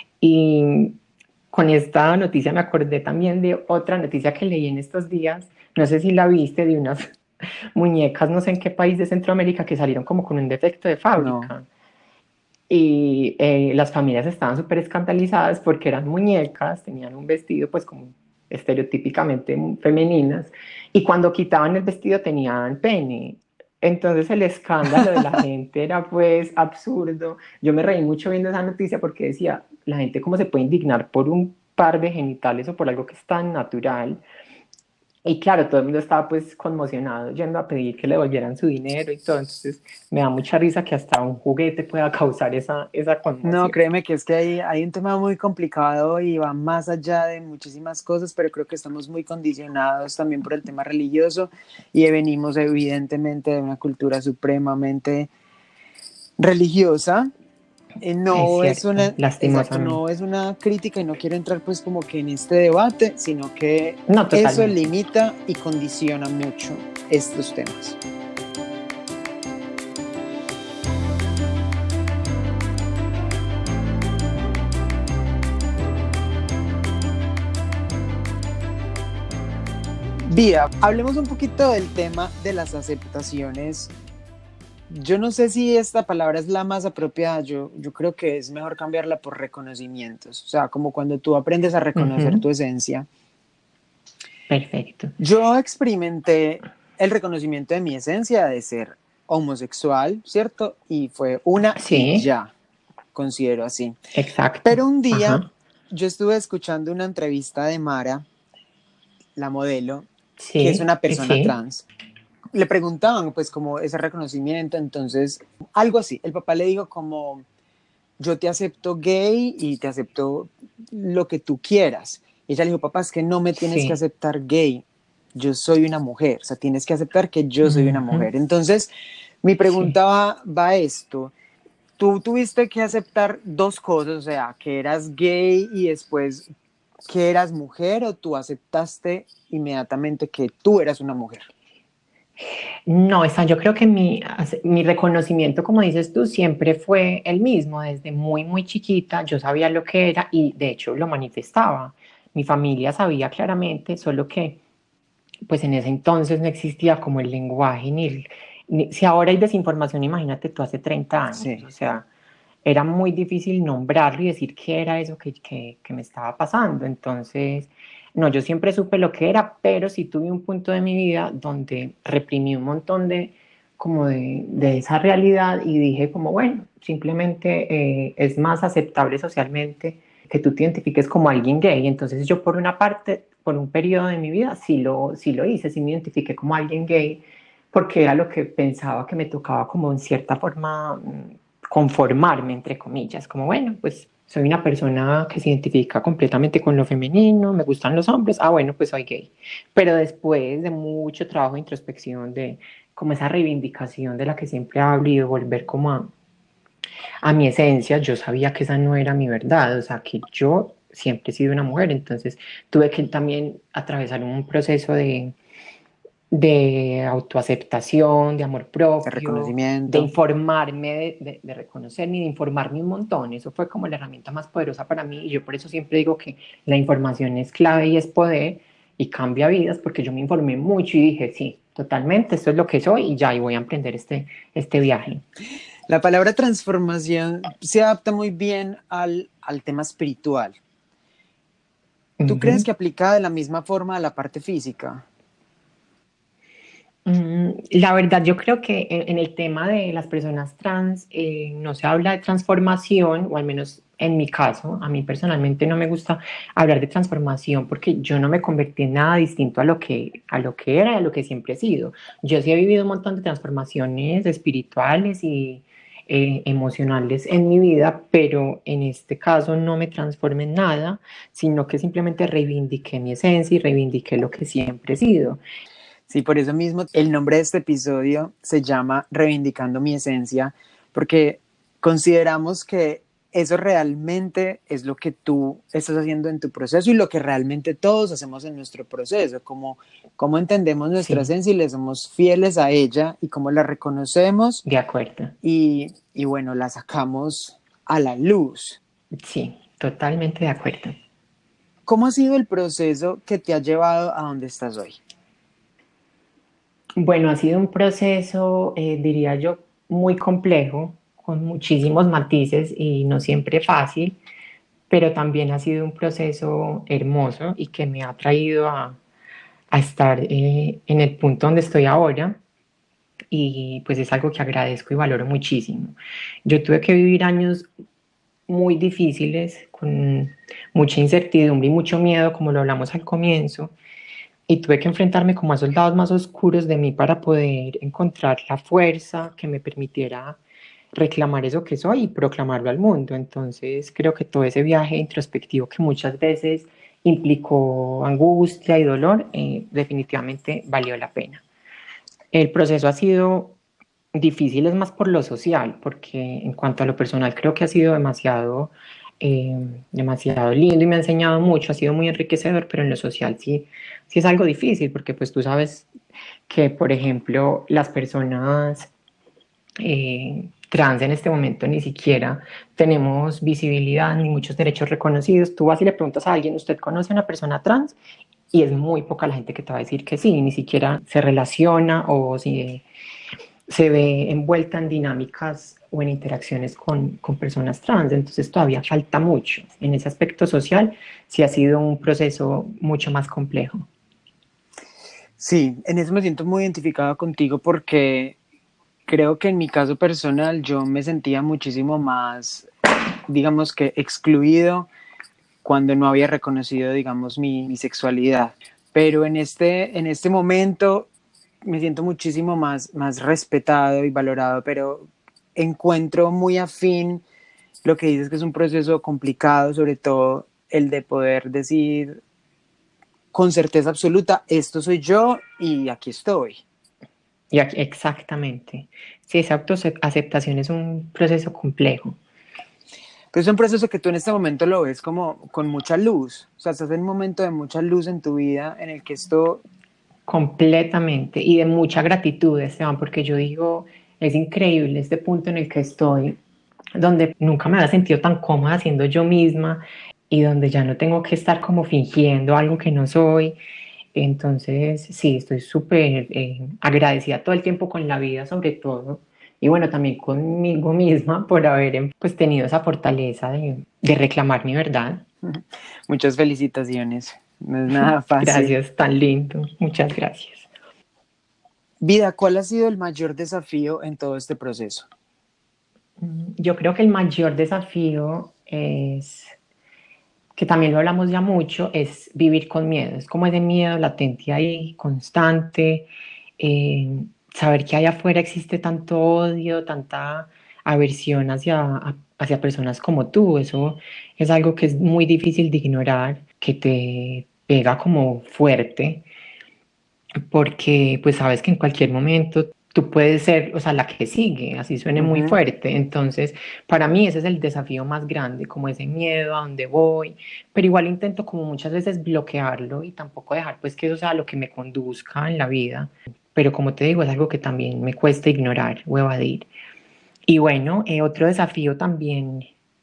Y con esta noticia me acordé también de otra noticia que leí en estos días, no sé si la viste, de unas muñecas, no sé en qué país de Centroamérica, que salieron como con un defecto de fábrica. No. Y eh, las familias estaban súper escandalizadas porque eran muñecas, tenían un vestido pues como estereotípicamente femeninas, y cuando quitaban el vestido tenían pene. Entonces el escándalo de la gente era pues absurdo. Yo me reí mucho viendo esa noticia porque decía, la gente cómo se puede indignar por un par de genitales o por algo que es tan natural. Y claro, todo el mundo estaba pues conmocionado yendo a pedir que le devolvieran su dinero y todo. Entonces me da mucha risa que hasta un juguete pueda causar esa, esa conmoción. No, créeme que es que hay, hay un tema muy complicado y va más allá de muchísimas cosas, pero creo que estamos muy condicionados también por el tema religioso y venimos evidentemente de una cultura supremamente religiosa. Eh, no es, cierto, es una exacto, no es una crítica y no quiero entrar pues como que en este debate, sino que no, eso limita y condiciona mucho estos temas. Vida, hablemos un poquito del tema de las aceptaciones. Yo no sé si esta palabra es la más apropiada, yo, yo creo que es mejor cambiarla por reconocimientos, o sea, como cuando tú aprendes a reconocer uh-huh. tu esencia. Perfecto. Yo experimenté el reconocimiento de mi esencia de ser homosexual, ¿cierto? Y fue una y Sí, ya, considero así. exacto. Pero un día Ajá. yo estuve escuchando una entrevista de Mara, la modelo, que es Sí, una eh, persona sí, trans. Le preguntaban pues como ese reconocimiento, entonces algo así. El papá le dijo como, yo te acepto gay y te acepto lo que tú quieras. Y ella le dijo, papá, es que no me tienes que sí. aceptar gay, yo soy una mujer, o sea, tienes que aceptar que yo soy una Ujú, mujer. Entonces, mi sí. pregunta va, va a esto. Tú tuviste que aceptar dos cosas, o sea, que eras gay y después que eras mujer, o tú aceptaste inmediatamente que tú eras una mujer. No, esa, yo creo que mi, hace- mi reconocimiento, como dices tú, siempre fue el mismo. Desde muy, muy chiquita yo sabía lo que era y de hecho lo manifestaba. Mi familia sabía claramente, solo que pues en ese entonces no existía como el lenguaje ni, el- ni- si ahora hay desinformación, imagínate tú hace treinta años, Sí. o sea, era muy difícil nombrarlo y decir qué era eso que, que, que me estaba pasando. Entonces, no, yo siempre supe lo que era, pero sí tuve un punto de mi vida donde reprimí un montón de como de, de esa realidad y dije como, bueno, simplemente eh, es más aceptable socialmente que tú te identifiques como alguien gay. Entonces yo por una parte, por un periodo de mi vida, sí lo, sí lo hice, sí me identifiqué como alguien gay, porque era lo que pensaba que me tocaba como en cierta forma conformarme, entre comillas, como bueno, pues soy una persona que se identifica completamente con lo femenino, me gustan los hombres, ah bueno, pues soy gay. Pero después de mucho trabajo de introspección, de como esa reivindicación de la que siempre hablo y de volver como a, a mi esencia, yo sabía que esa no era mi verdad, o sea, que yo siempre he sido una mujer, entonces tuve que también atravesar un proceso de, de autoaceptación, de amor De propio, de reconocimiento. informarme, de, de, de reconocerme y de informarme un montón. Eso fue como la herramienta más poderosa para mí y yo por eso siempre digo que la información es clave y es poder y cambia vidas porque yo me informé mucho y dije, sí, totalmente, esto es lo que soy y ya, y voy a emprender este, este viaje. La palabra transformación se adapta muy bien al, al tema espiritual. ¿Tú crees Uh-huh. que aplica de la misma forma a la parte física? Mm, La verdad, yo creo que en, en el tema de las personas trans eh, no se habla de transformación, o al menos en mi caso, a mí personalmente no me gusta hablar de transformación porque yo no me convertí en nada distinto a lo que, a lo que era y a lo que siempre he sido. Yo sí he vivido un montón de transformaciones espirituales y eh, emocionales en mi vida, pero en este caso no me transformé en nada, sino que simplemente reivindiqué mi esencia y reivindiqué lo que siempre he sido. Sí, por eso mismo el nombre de este episodio se llama Reivindicando mi esencia, porque consideramos que eso realmente es lo que tú estás haciendo en tu proceso y lo que realmente todos hacemos en nuestro proceso, como, como entendemos nuestra Sí. esencia y le somos fieles a ella y cómo la reconocemos De acuerdo. y, y bueno, la sacamos a la luz. Sí, totalmente de acuerdo. ¿Cómo ha sido el proceso que te ha llevado a donde estás hoy? Bueno, ha sido un proceso, eh, diría yo, muy complejo, con muchísimos matices y no siempre fácil, pero también ha sido un proceso hermoso y que me ha traído a, a estar eh, en el punto donde estoy ahora y pues es algo que agradezco y valoro muchísimo. Yo tuve que vivir años muy difíciles, con mucha incertidumbre y mucho miedo, como lo hablamos al comienzo, y tuve que enfrentarme como a esos lados más oscuros de mí para poder encontrar la fuerza que me permitiera reclamar eso que soy y proclamarlo al mundo. Entonces creo que todo ese viaje introspectivo que muchas veces implicó angustia y dolor, eh, definitivamente valió la pena. El proceso ha sido difícil, es más por lo social, porque en cuanto a lo personal creo que ha sido demasiado, eh, demasiado lindo y me ha enseñado mucho, ha sido muy enriquecedor, pero en lo social sí, sí es algo difícil, porque pues tú sabes que, por ejemplo, las personas eh, trans en este momento ni siquiera tenemos visibilidad ni muchos derechos reconocidos. Tú vas y le preguntas a alguien, ¿usted conoce a una persona trans? Y es muy poca la gente que te va a decir que sí, ni siquiera se relaciona o si se ve envuelta en dinámicas o en interacciones con, con personas trans. Entonces todavía falta mucho. En ese aspecto social sí ha sido un proceso mucho más complejo. Sí, en eso me siento muy identificado contigo porque creo que en mi caso personal yo me sentía muchísimo más, digamos que excluido cuando no había reconocido, digamos, mi, mi sexualidad. Pero en este, en este momento me siento muchísimo más, más respetado y valorado, pero encuentro muy afín lo que dices que es un proceso complicado, sobre todo el de poder decir con certeza absoluta, esto soy yo y aquí estoy. Y aquí, exactamente. Sí, esa autoaceptación es un proceso complejo. Pero es un proceso que tú en este momento lo ves como con mucha luz, o sea, estás en un momento de mucha luz en tu vida en el que esto... Completamente. Y de mucha gratitud, Esteban, porque yo digo, es increíble este punto en el que estoy, donde nunca me había sentido tan cómoda siendo yo misma y donde ya no tengo que estar como fingiendo algo que no soy. Entonces, sí, estoy súper eh, agradecida todo el tiempo con la vida, sobre todo, y bueno, también conmigo misma por haber pues tenido esa fortaleza de, de reclamar mi verdad. Muchas felicitaciones, no es nada fácil. Gracias, tan lindo, muchas gracias. Vida, ¿cuál ha sido el mayor desafío en todo este proceso? Yo creo que el mayor desafío es, que también lo hablamos ya mucho, es vivir con miedo. Es como ese miedo latente ahí, constante, eh, saber que allá afuera existe tanto odio, tanta aversión hacia, hacia personas como tú. Eso es algo que es muy difícil de ignorar, que te pega como fuerte, porque pues sabes que en cualquier momento tú puedes ser, o sea, la que sigue, así suene muy Uh-huh. fuerte. Entonces, para mí ese es el desafío más grande, como ese miedo a dónde voy, pero igual intento como muchas veces bloquearlo y tampoco dejar pues que eso sea lo que me conduzca en la vida. Pero como te digo, es algo que también me cuesta ignorar o evadir. Y bueno, eh, otro desafío también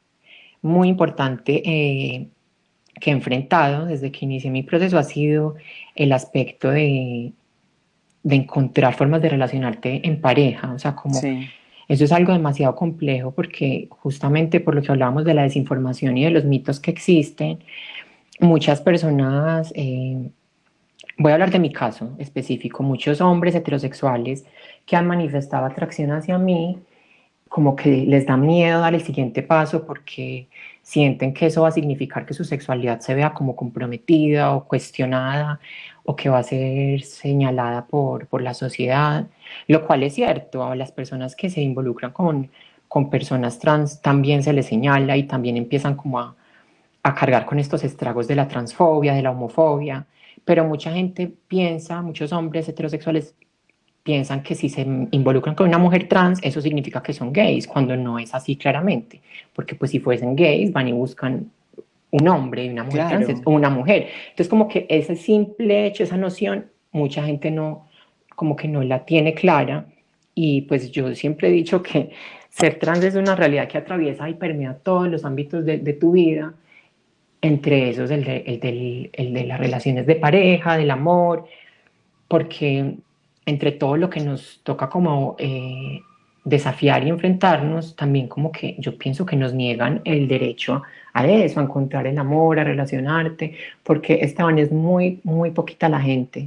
muy importante eh, que he enfrentado desde que inicié mi proceso ha sido el aspecto de de encontrar formas de relacionarte en pareja, o sea, como Sí. eso es algo demasiado complejo porque justamente por lo que hablábamos de la desinformación y de los mitos que existen, muchas personas, eh, voy a hablar de mi caso específico, muchos hombres heterosexuales que han manifestado atracción hacia mí, como que les da miedo dar el siguiente paso porque sienten que eso va a significar que su sexualidad se vea como comprometida o cuestionada o que va a ser señalada por, por la sociedad, lo cual es cierto. A las personas que se involucran con, con personas trans también se les señala y también empiezan como a, a cargar con estos estragos de la transfobia, de la homofobia, pero mucha gente piensa, muchos hombres heterosexuales piensan que si se involucran con una mujer trans, eso significa que son gays, cuando no es así claramente, porque pues si fuesen gays van y buscan un hombre y una mujer trans es Claro. una mujer. Entonces como que ese simple hecho, esa noción, mucha gente no, como que no la tiene clara y pues yo siempre he dicho que ser trans es una realidad que atraviesa y permea todos los ámbitos de, de tu vida, entre esos el de, el, del, el de las relaciones de pareja, del amor, porque entre todo lo que nos toca como eh, desafiar y enfrentarnos, también como que yo pienso que nos niegan el derecho a eso, a encontrar el amor, a relacionarte, porque Esteban es muy, muy poquita la gente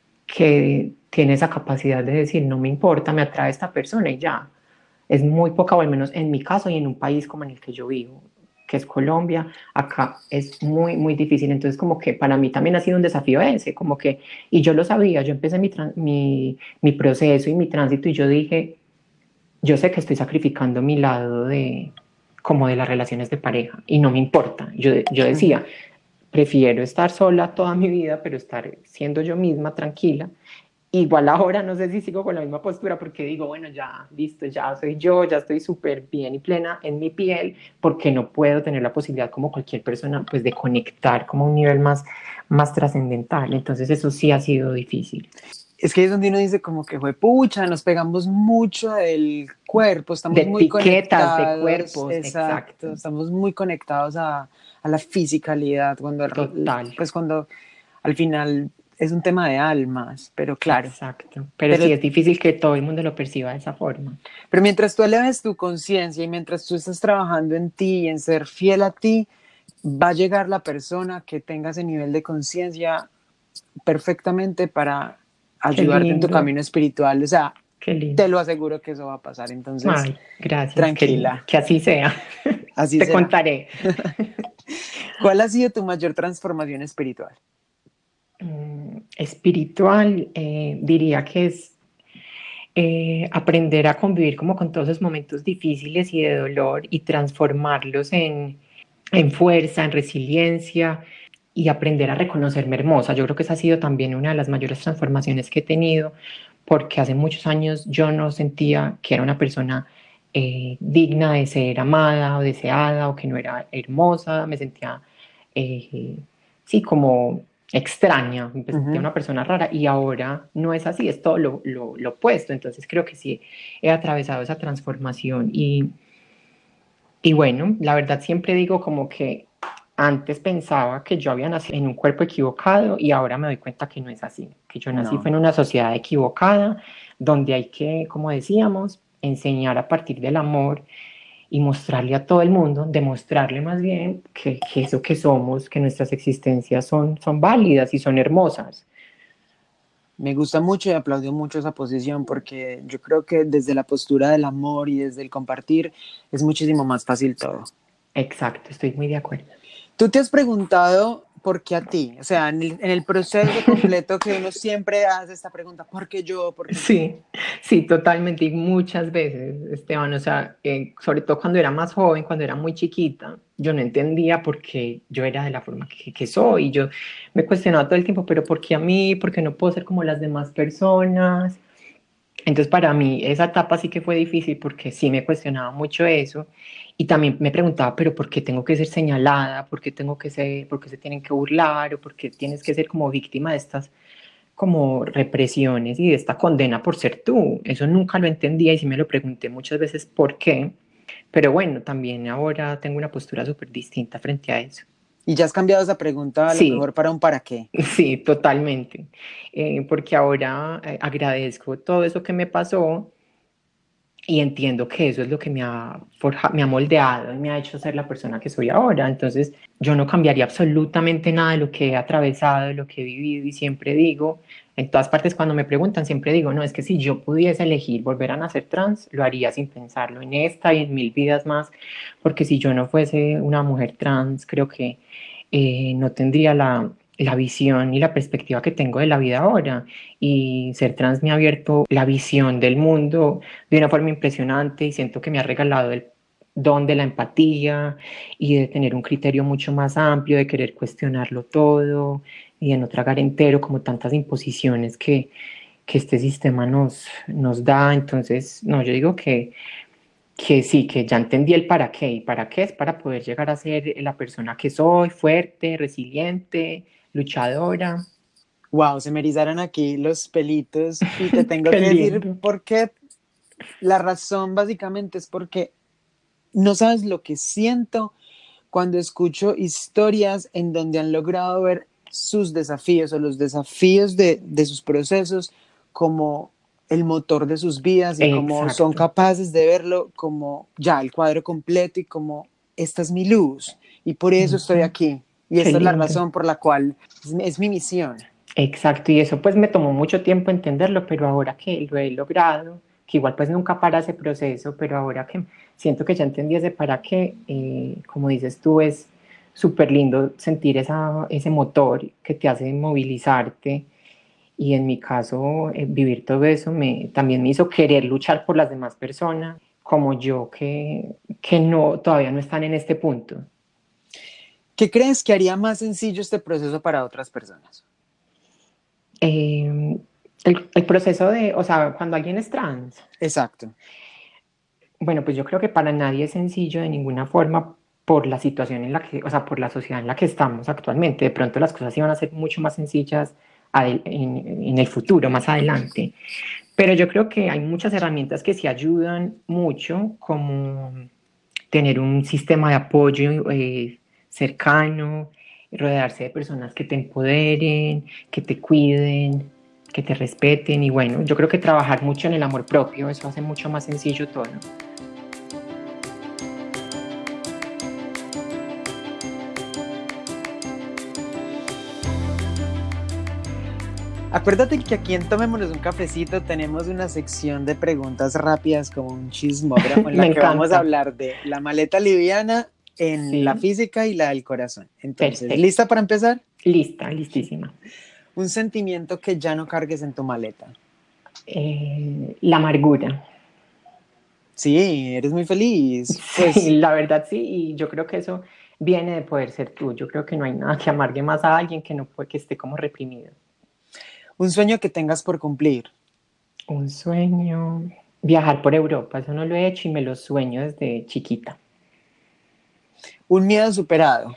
que tiene esa capacidad de decir, no me importa, me atrae esta persona y ya. Es muy poca, o al menos en mi caso y en un país como en el que yo vivo, que es Colombia, acá es muy, muy difícil. Entonces, como que para mí también ha sido un desafío ese, como que, y yo lo sabía, yo empecé mi, mi, mi proceso y mi tránsito y yo dije, yo sé que estoy sacrificando mi lado de, como de las relaciones de pareja y no me importa. Yo, yo Uh-huh. decía, prefiero estar sola toda mi vida, pero estar siendo yo misma tranquila. Igual ahora no sé si sigo con la misma postura porque digo, bueno, ya, listo, ya soy yo, ya estoy súper bien y plena en mi piel, porque no puedo tener la posibilidad como cualquier persona, pues de conectar como a un nivel más, más trascendental. Entonces eso sí ha sido difícil. Es que es donde uno dice como que fue pucha, nos pegamos mucho del cuerpo, De estamos muy etiquetas, de conectados, cuerpos, exacto, exacto, estamos muy conectados a, a la fisicalidad, cuando, total, pues cuando al final es un tema de almas, pero claro, exacto. Pero pero, sí es difícil que todo el mundo lo perciba de esa forma. pero mientras tú eleves tu conciencia y mientras tú estás trabajando en ti y en ser fiel a ti, va a llegar la persona que tenga ese nivel de conciencia perfectamente para Qué ayudarte en tu lindo, camino espiritual. O sea, qué lindo. te lo aseguro que eso va a pasar. Entonces, Ay, gracias, qué lindo. tranquila, Que así sea. así Te será. contaré. ¿Cuál ha sido tu mayor transformación espiritual? Mm, espiritual, eh, diría que es eh, aprender a convivir como con todos esos momentos difíciles y de dolor y transformarlos en, en fuerza, en resiliencia y aprender a reconocerme hermosa. Yo creo que esa ha sido también una de las mayores transformaciones que he tenido, porque hace muchos años yo no sentía que era una persona eh, digna de ser amada o deseada o que no era hermosa, me sentía, eh, sí, como extraña, me sentía Ujú. una persona rara y ahora no es así, es todo lo, lo, lo opuesto. Entonces creo que sí he atravesado esa transformación y, y bueno, la verdad siempre digo como que antes pensaba que yo había nacido en un cuerpo equivocado y ahora me doy cuenta que no es así, que yo nací fue No, en una sociedad equivocada donde hay que, como decíamos, enseñar a partir del amor y mostrarle a todo el mundo, demostrarle más bien que, que eso que somos, que nuestras existencias son, son válidas y son hermosas. me gusta mucho y aplaudo mucho esa posición porque yo creo que desde la postura del amor y desde el compartir es muchísimo más fácil todo. Exacto, estoy muy de acuerdo. ¿Tú te has preguntado por qué a ti? O sea, en el, en el proceso completo que uno siempre hace esta pregunta, ¿por qué yo? ¿Por qué yo? Sí, sí, totalmente y muchas veces, Esteban, o sea, eh, sobre todo cuando era más joven, cuando era muy chiquita, yo no entendía por qué yo era de la forma que, que soy. Yo me cuestionaba todo el tiempo, pero ¿por qué a mí? ¿Por qué no puedo ser como las demás personas? Entonces, para mí, esa etapa sí que fue difícil porque sí me cuestionaba mucho eso y también me preguntaba, pero ¿por qué tengo que ser señalada? ¿Por qué tengo que ser, por qué se tienen que burlar? ¿O por qué tienes que ser como víctima de estas como represiones y de esta condena por ser tú? Eso nunca lo entendía y sí me lo pregunté muchas veces por qué. Pero bueno, también ahora tengo una postura súper distinta frente a eso. Y ya has cambiado esa pregunta a lo Sí, mejor para un para qué. sí, totalmente. Eh, porque ahora eh, agradezco todo eso que me pasó y entiendo que eso es lo que me ha, forja, me ha moldeado y me ha hecho ser la persona que soy ahora. Entonces, yo no cambiaría absolutamente nada de lo que he atravesado, de lo que he vivido y siempre digo, en todas partes cuando me preguntan, siempre digo, no, es que si yo pudiese elegir volver a nacer trans, lo haría sin pensarlo en esta y en mil vidas más, porque si yo no fuese una mujer trans, creo que eh, no tendría la, la visión y la perspectiva que tengo de la vida ahora. Y ser trans me ha abierto la visión del mundo de una forma impresionante y siento que me ha regalado el don de la empatía y de tener un criterio mucho más amplio, de querer cuestionarlo todo y de no tragar entero como tantas imposiciones que, que este sistema nos, nos da. Entonces, no, yo digo que, que sí, que ya entendí el para qué y para qué es para poder llegar a ser la persona que soy, fuerte, resiliente, luchadora. Wow, se me erizaron aquí los pelitos y te tengo Qué que decir lindo. por qué. La razón básicamente es porque no sabes lo que siento cuando escucho historias en donde han logrado ver sus desafíos o los desafíos de, de sus procesos como el motor de sus vidas y como son Exacto. capaces de verlo como ya el cuadro completo y como esta es mi luz y por eso estoy Uh-huh. aquí y Qué esta es la lindo. razón por la cual es, es mi misión. Exacto, y eso pues me tomó mucho tiempo entenderlo, pero ahora que lo he logrado, que igual pues nunca para ese proceso, pero ahora que siento que ya entendí ese para qué, eh, como dices tú, es súper lindo sentir esa, ese motor que te hace movilizarte y en mi caso eh, vivir todo eso me, también me hizo querer luchar por las demás personas como yo que, que no, todavía no están en este punto. ¿Qué crees que haría más sencillo este proceso para otras personas? Eh, el, el proceso de, o sea, cuando alguien es trans. Exacto. Bueno, pues yo creo que para nadie es sencillo de ninguna forma por la situación en la que, o sea, por la sociedad en la que estamos actualmente. De pronto las cosas iban a ser mucho más sencillas en, en el futuro, más adelante. Pero yo creo que hay muchas herramientas que sí ayudan mucho, como tener un sistema de apoyo eh, cercano, rodearse de personas que te empoderen, que te cuiden, que te respeten. Y bueno, yo creo que trabajar mucho en el amor propio, eso hace mucho más sencillo todo. Acuérdate que aquí en Tomémonos un Cafecito tenemos una sección de preguntas rápidas como un chismógrafo en la que encanta. vamos a hablar de la maleta liviana en Sí. la física y la del corazón. Entonces, Perfecto. ¿lista para empezar? Lista, listísima. Un sentimiento que ya no cargues en tu maleta. Eh, la amargura. Sí, eres muy feliz. Sí, Pues, la verdad sí, y yo creo que eso viene de poder ser tú. Yo creo que no hay nada que amargue más a alguien que no puede, que esté como reprimido. un sueño que tengas por cumplir. Un sueño, viajar por Europa, eso no lo he hecho y me lo sueño desde chiquita. Un miedo superado.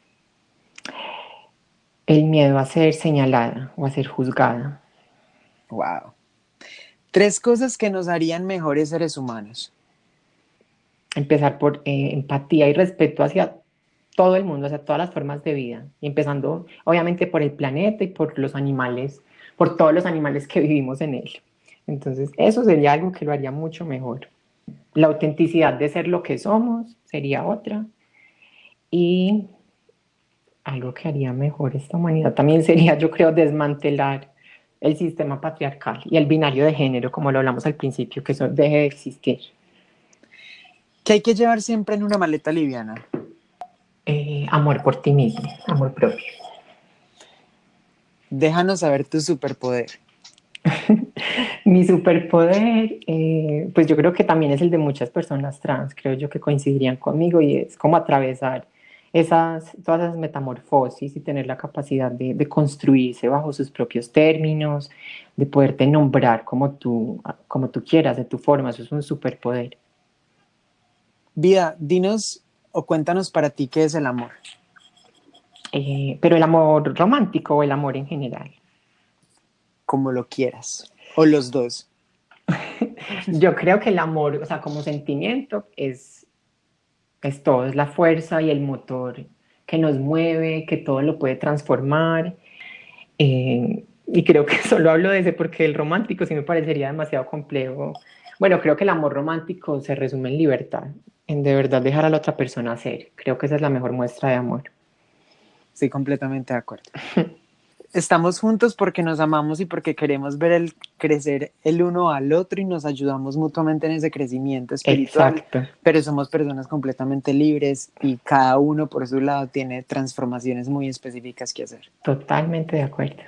El miedo a ser señalada o a ser juzgada. Wow. Tres cosas que nos harían mejores seres humanos. Empezar por eh, empatía y respeto hacia todo el mundo, hacia todas las formas de vida. Y empezando, obviamente, por el planeta y por los animales, por todos los animales que vivimos en él. Entonces, eso sería algo que lo haría mucho mejor. La autenticidad de ser lo que somos sería otra. Y algo que haría mejor esta humanidad también sería, yo creo, desmantelar el sistema patriarcal y el binario de género, como lo hablamos al principio, que eso deje de existir. ¿Qué hay que llevar siempre en una maleta liviana? Eh, amor por ti mismo, amor propio. Déjanos saber tu superpoder. Mi superpoder, eh, pues yo creo que también es el de muchas personas trans, creo yo que coincidirían conmigo, y es como atravesar esas, todas esas metamorfosis y tener la capacidad de, de construirse bajo sus propios términos, de poderte nombrar como tú, como tú quieras, de tu forma. Eso es un superpoder. Vida, dinos o cuéntanos para ti qué es el amor. Eh, pero el amor romántico o el amor en general. Como lo quieras. O los dos. Yo creo que el amor, o sea, como sentimiento, es, es todo, es la fuerza y el motor que nos mueve, que todo lo puede transformar. Eh, y creo que solo hablo de ese porque el romántico sí me parecería demasiado complejo. Bueno, creo que el amor romántico se resume en libertad, en de verdad dejar a la otra persona ser. Creo que esa es la mejor muestra de amor. Estoy completamente de acuerdo. Estamos juntos porque nos amamos y porque queremos ver el crecer el uno al otro y nos ayudamos mutuamente en ese crecimiento espiritual. Exacto. Pero somos personas completamente libres y cada uno por su lado tiene transformaciones muy específicas que hacer. Totalmente de acuerdo.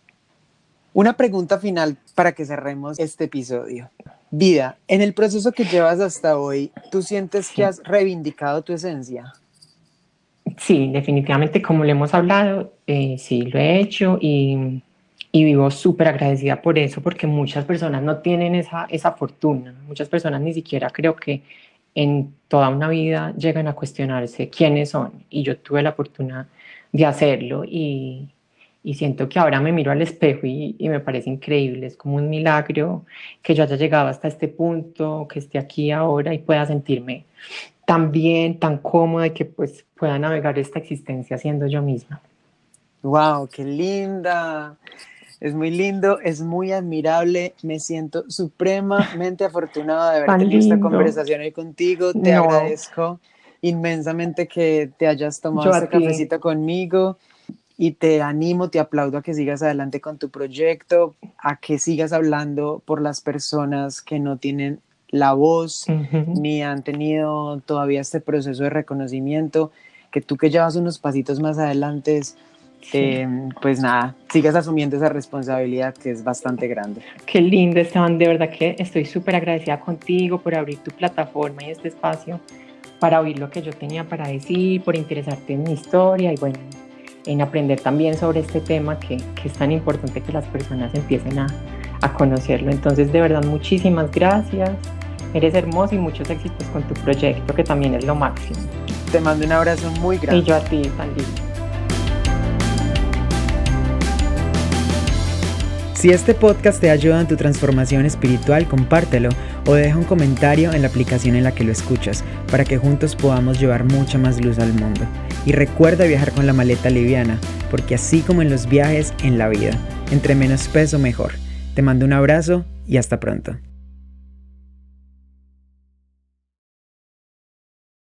Una pregunta final para que cerremos este episodio. Vida, en el proceso que llevas hasta hoy, ¿tú sientes Sí. que has reivindicado tu esencia? Sí, definitivamente, como lo hemos hablado, eh, sí, lo he hecho y, y vivo súper agradecida por eso, porque muchas personas no tienen esa, esa fortuna. Muchas personas ni siquiera creo que en toda una vida llegan a cuestionarse quiénes son. Y yo tuve la fortuna de hacerlo y, y siento que ahora me miro al espejo y, y me parece increíble. Es como un milagro que yo haya llegado hasta este punto, que esté aquí ahora y pueda sentirme tan bien, tan cómoda y que pues pueda navegar esta existencia siendo yo misma. ¡Wow! ¡Qué linda! Es muy lindo, es muy admirable. Me siento supremamente afortunada de haber Tan tenido esta lindo. conversación hoy contigo. Te No. agradezco inmensamente que te hayas tomado Yo a este ti. cafecito conmigo y te animo, te aplaudo a que sigas adelante con tu proyecto, a que sigas hablando por las personas que no tienen la voz, Uh-huh. ni han tenido todavía este proceso de reconocimiento, que tú que llevas unos pasitos más adelante, sí. eh, pues nada, sigas asumiendo esa responsabilidad que es bastante grande. Qué lindo, Esteban, de verdad que estoy súper agradecida contigo por abrir tu plataforma y este espacio para oír lo que yo tenía para decir, por interesarte en mi historia y bueno, en aprender también sobre este tema que, que es tan importante que las personas empiecen a, a conocerlo. Entonces, de verdad, muchísimas gracias. Eres hermoso y muchos éxitos con tu proyecto, que también es lo máximo. Te mando un abrazo muy grande. Y yo a ti, tan lindo. Si este podcast te ayuda en tu transformación espiritual, compártelo o deja un comentario en la aplicación en la que lo escuchas para que juntos podamos llevar mucha más luz al mundo. Y recuerda viajar con la maleta liviana, porque así como en los viajes, en la vida, entre menos peso mejor. Te mando un abrazo y hasta pronto.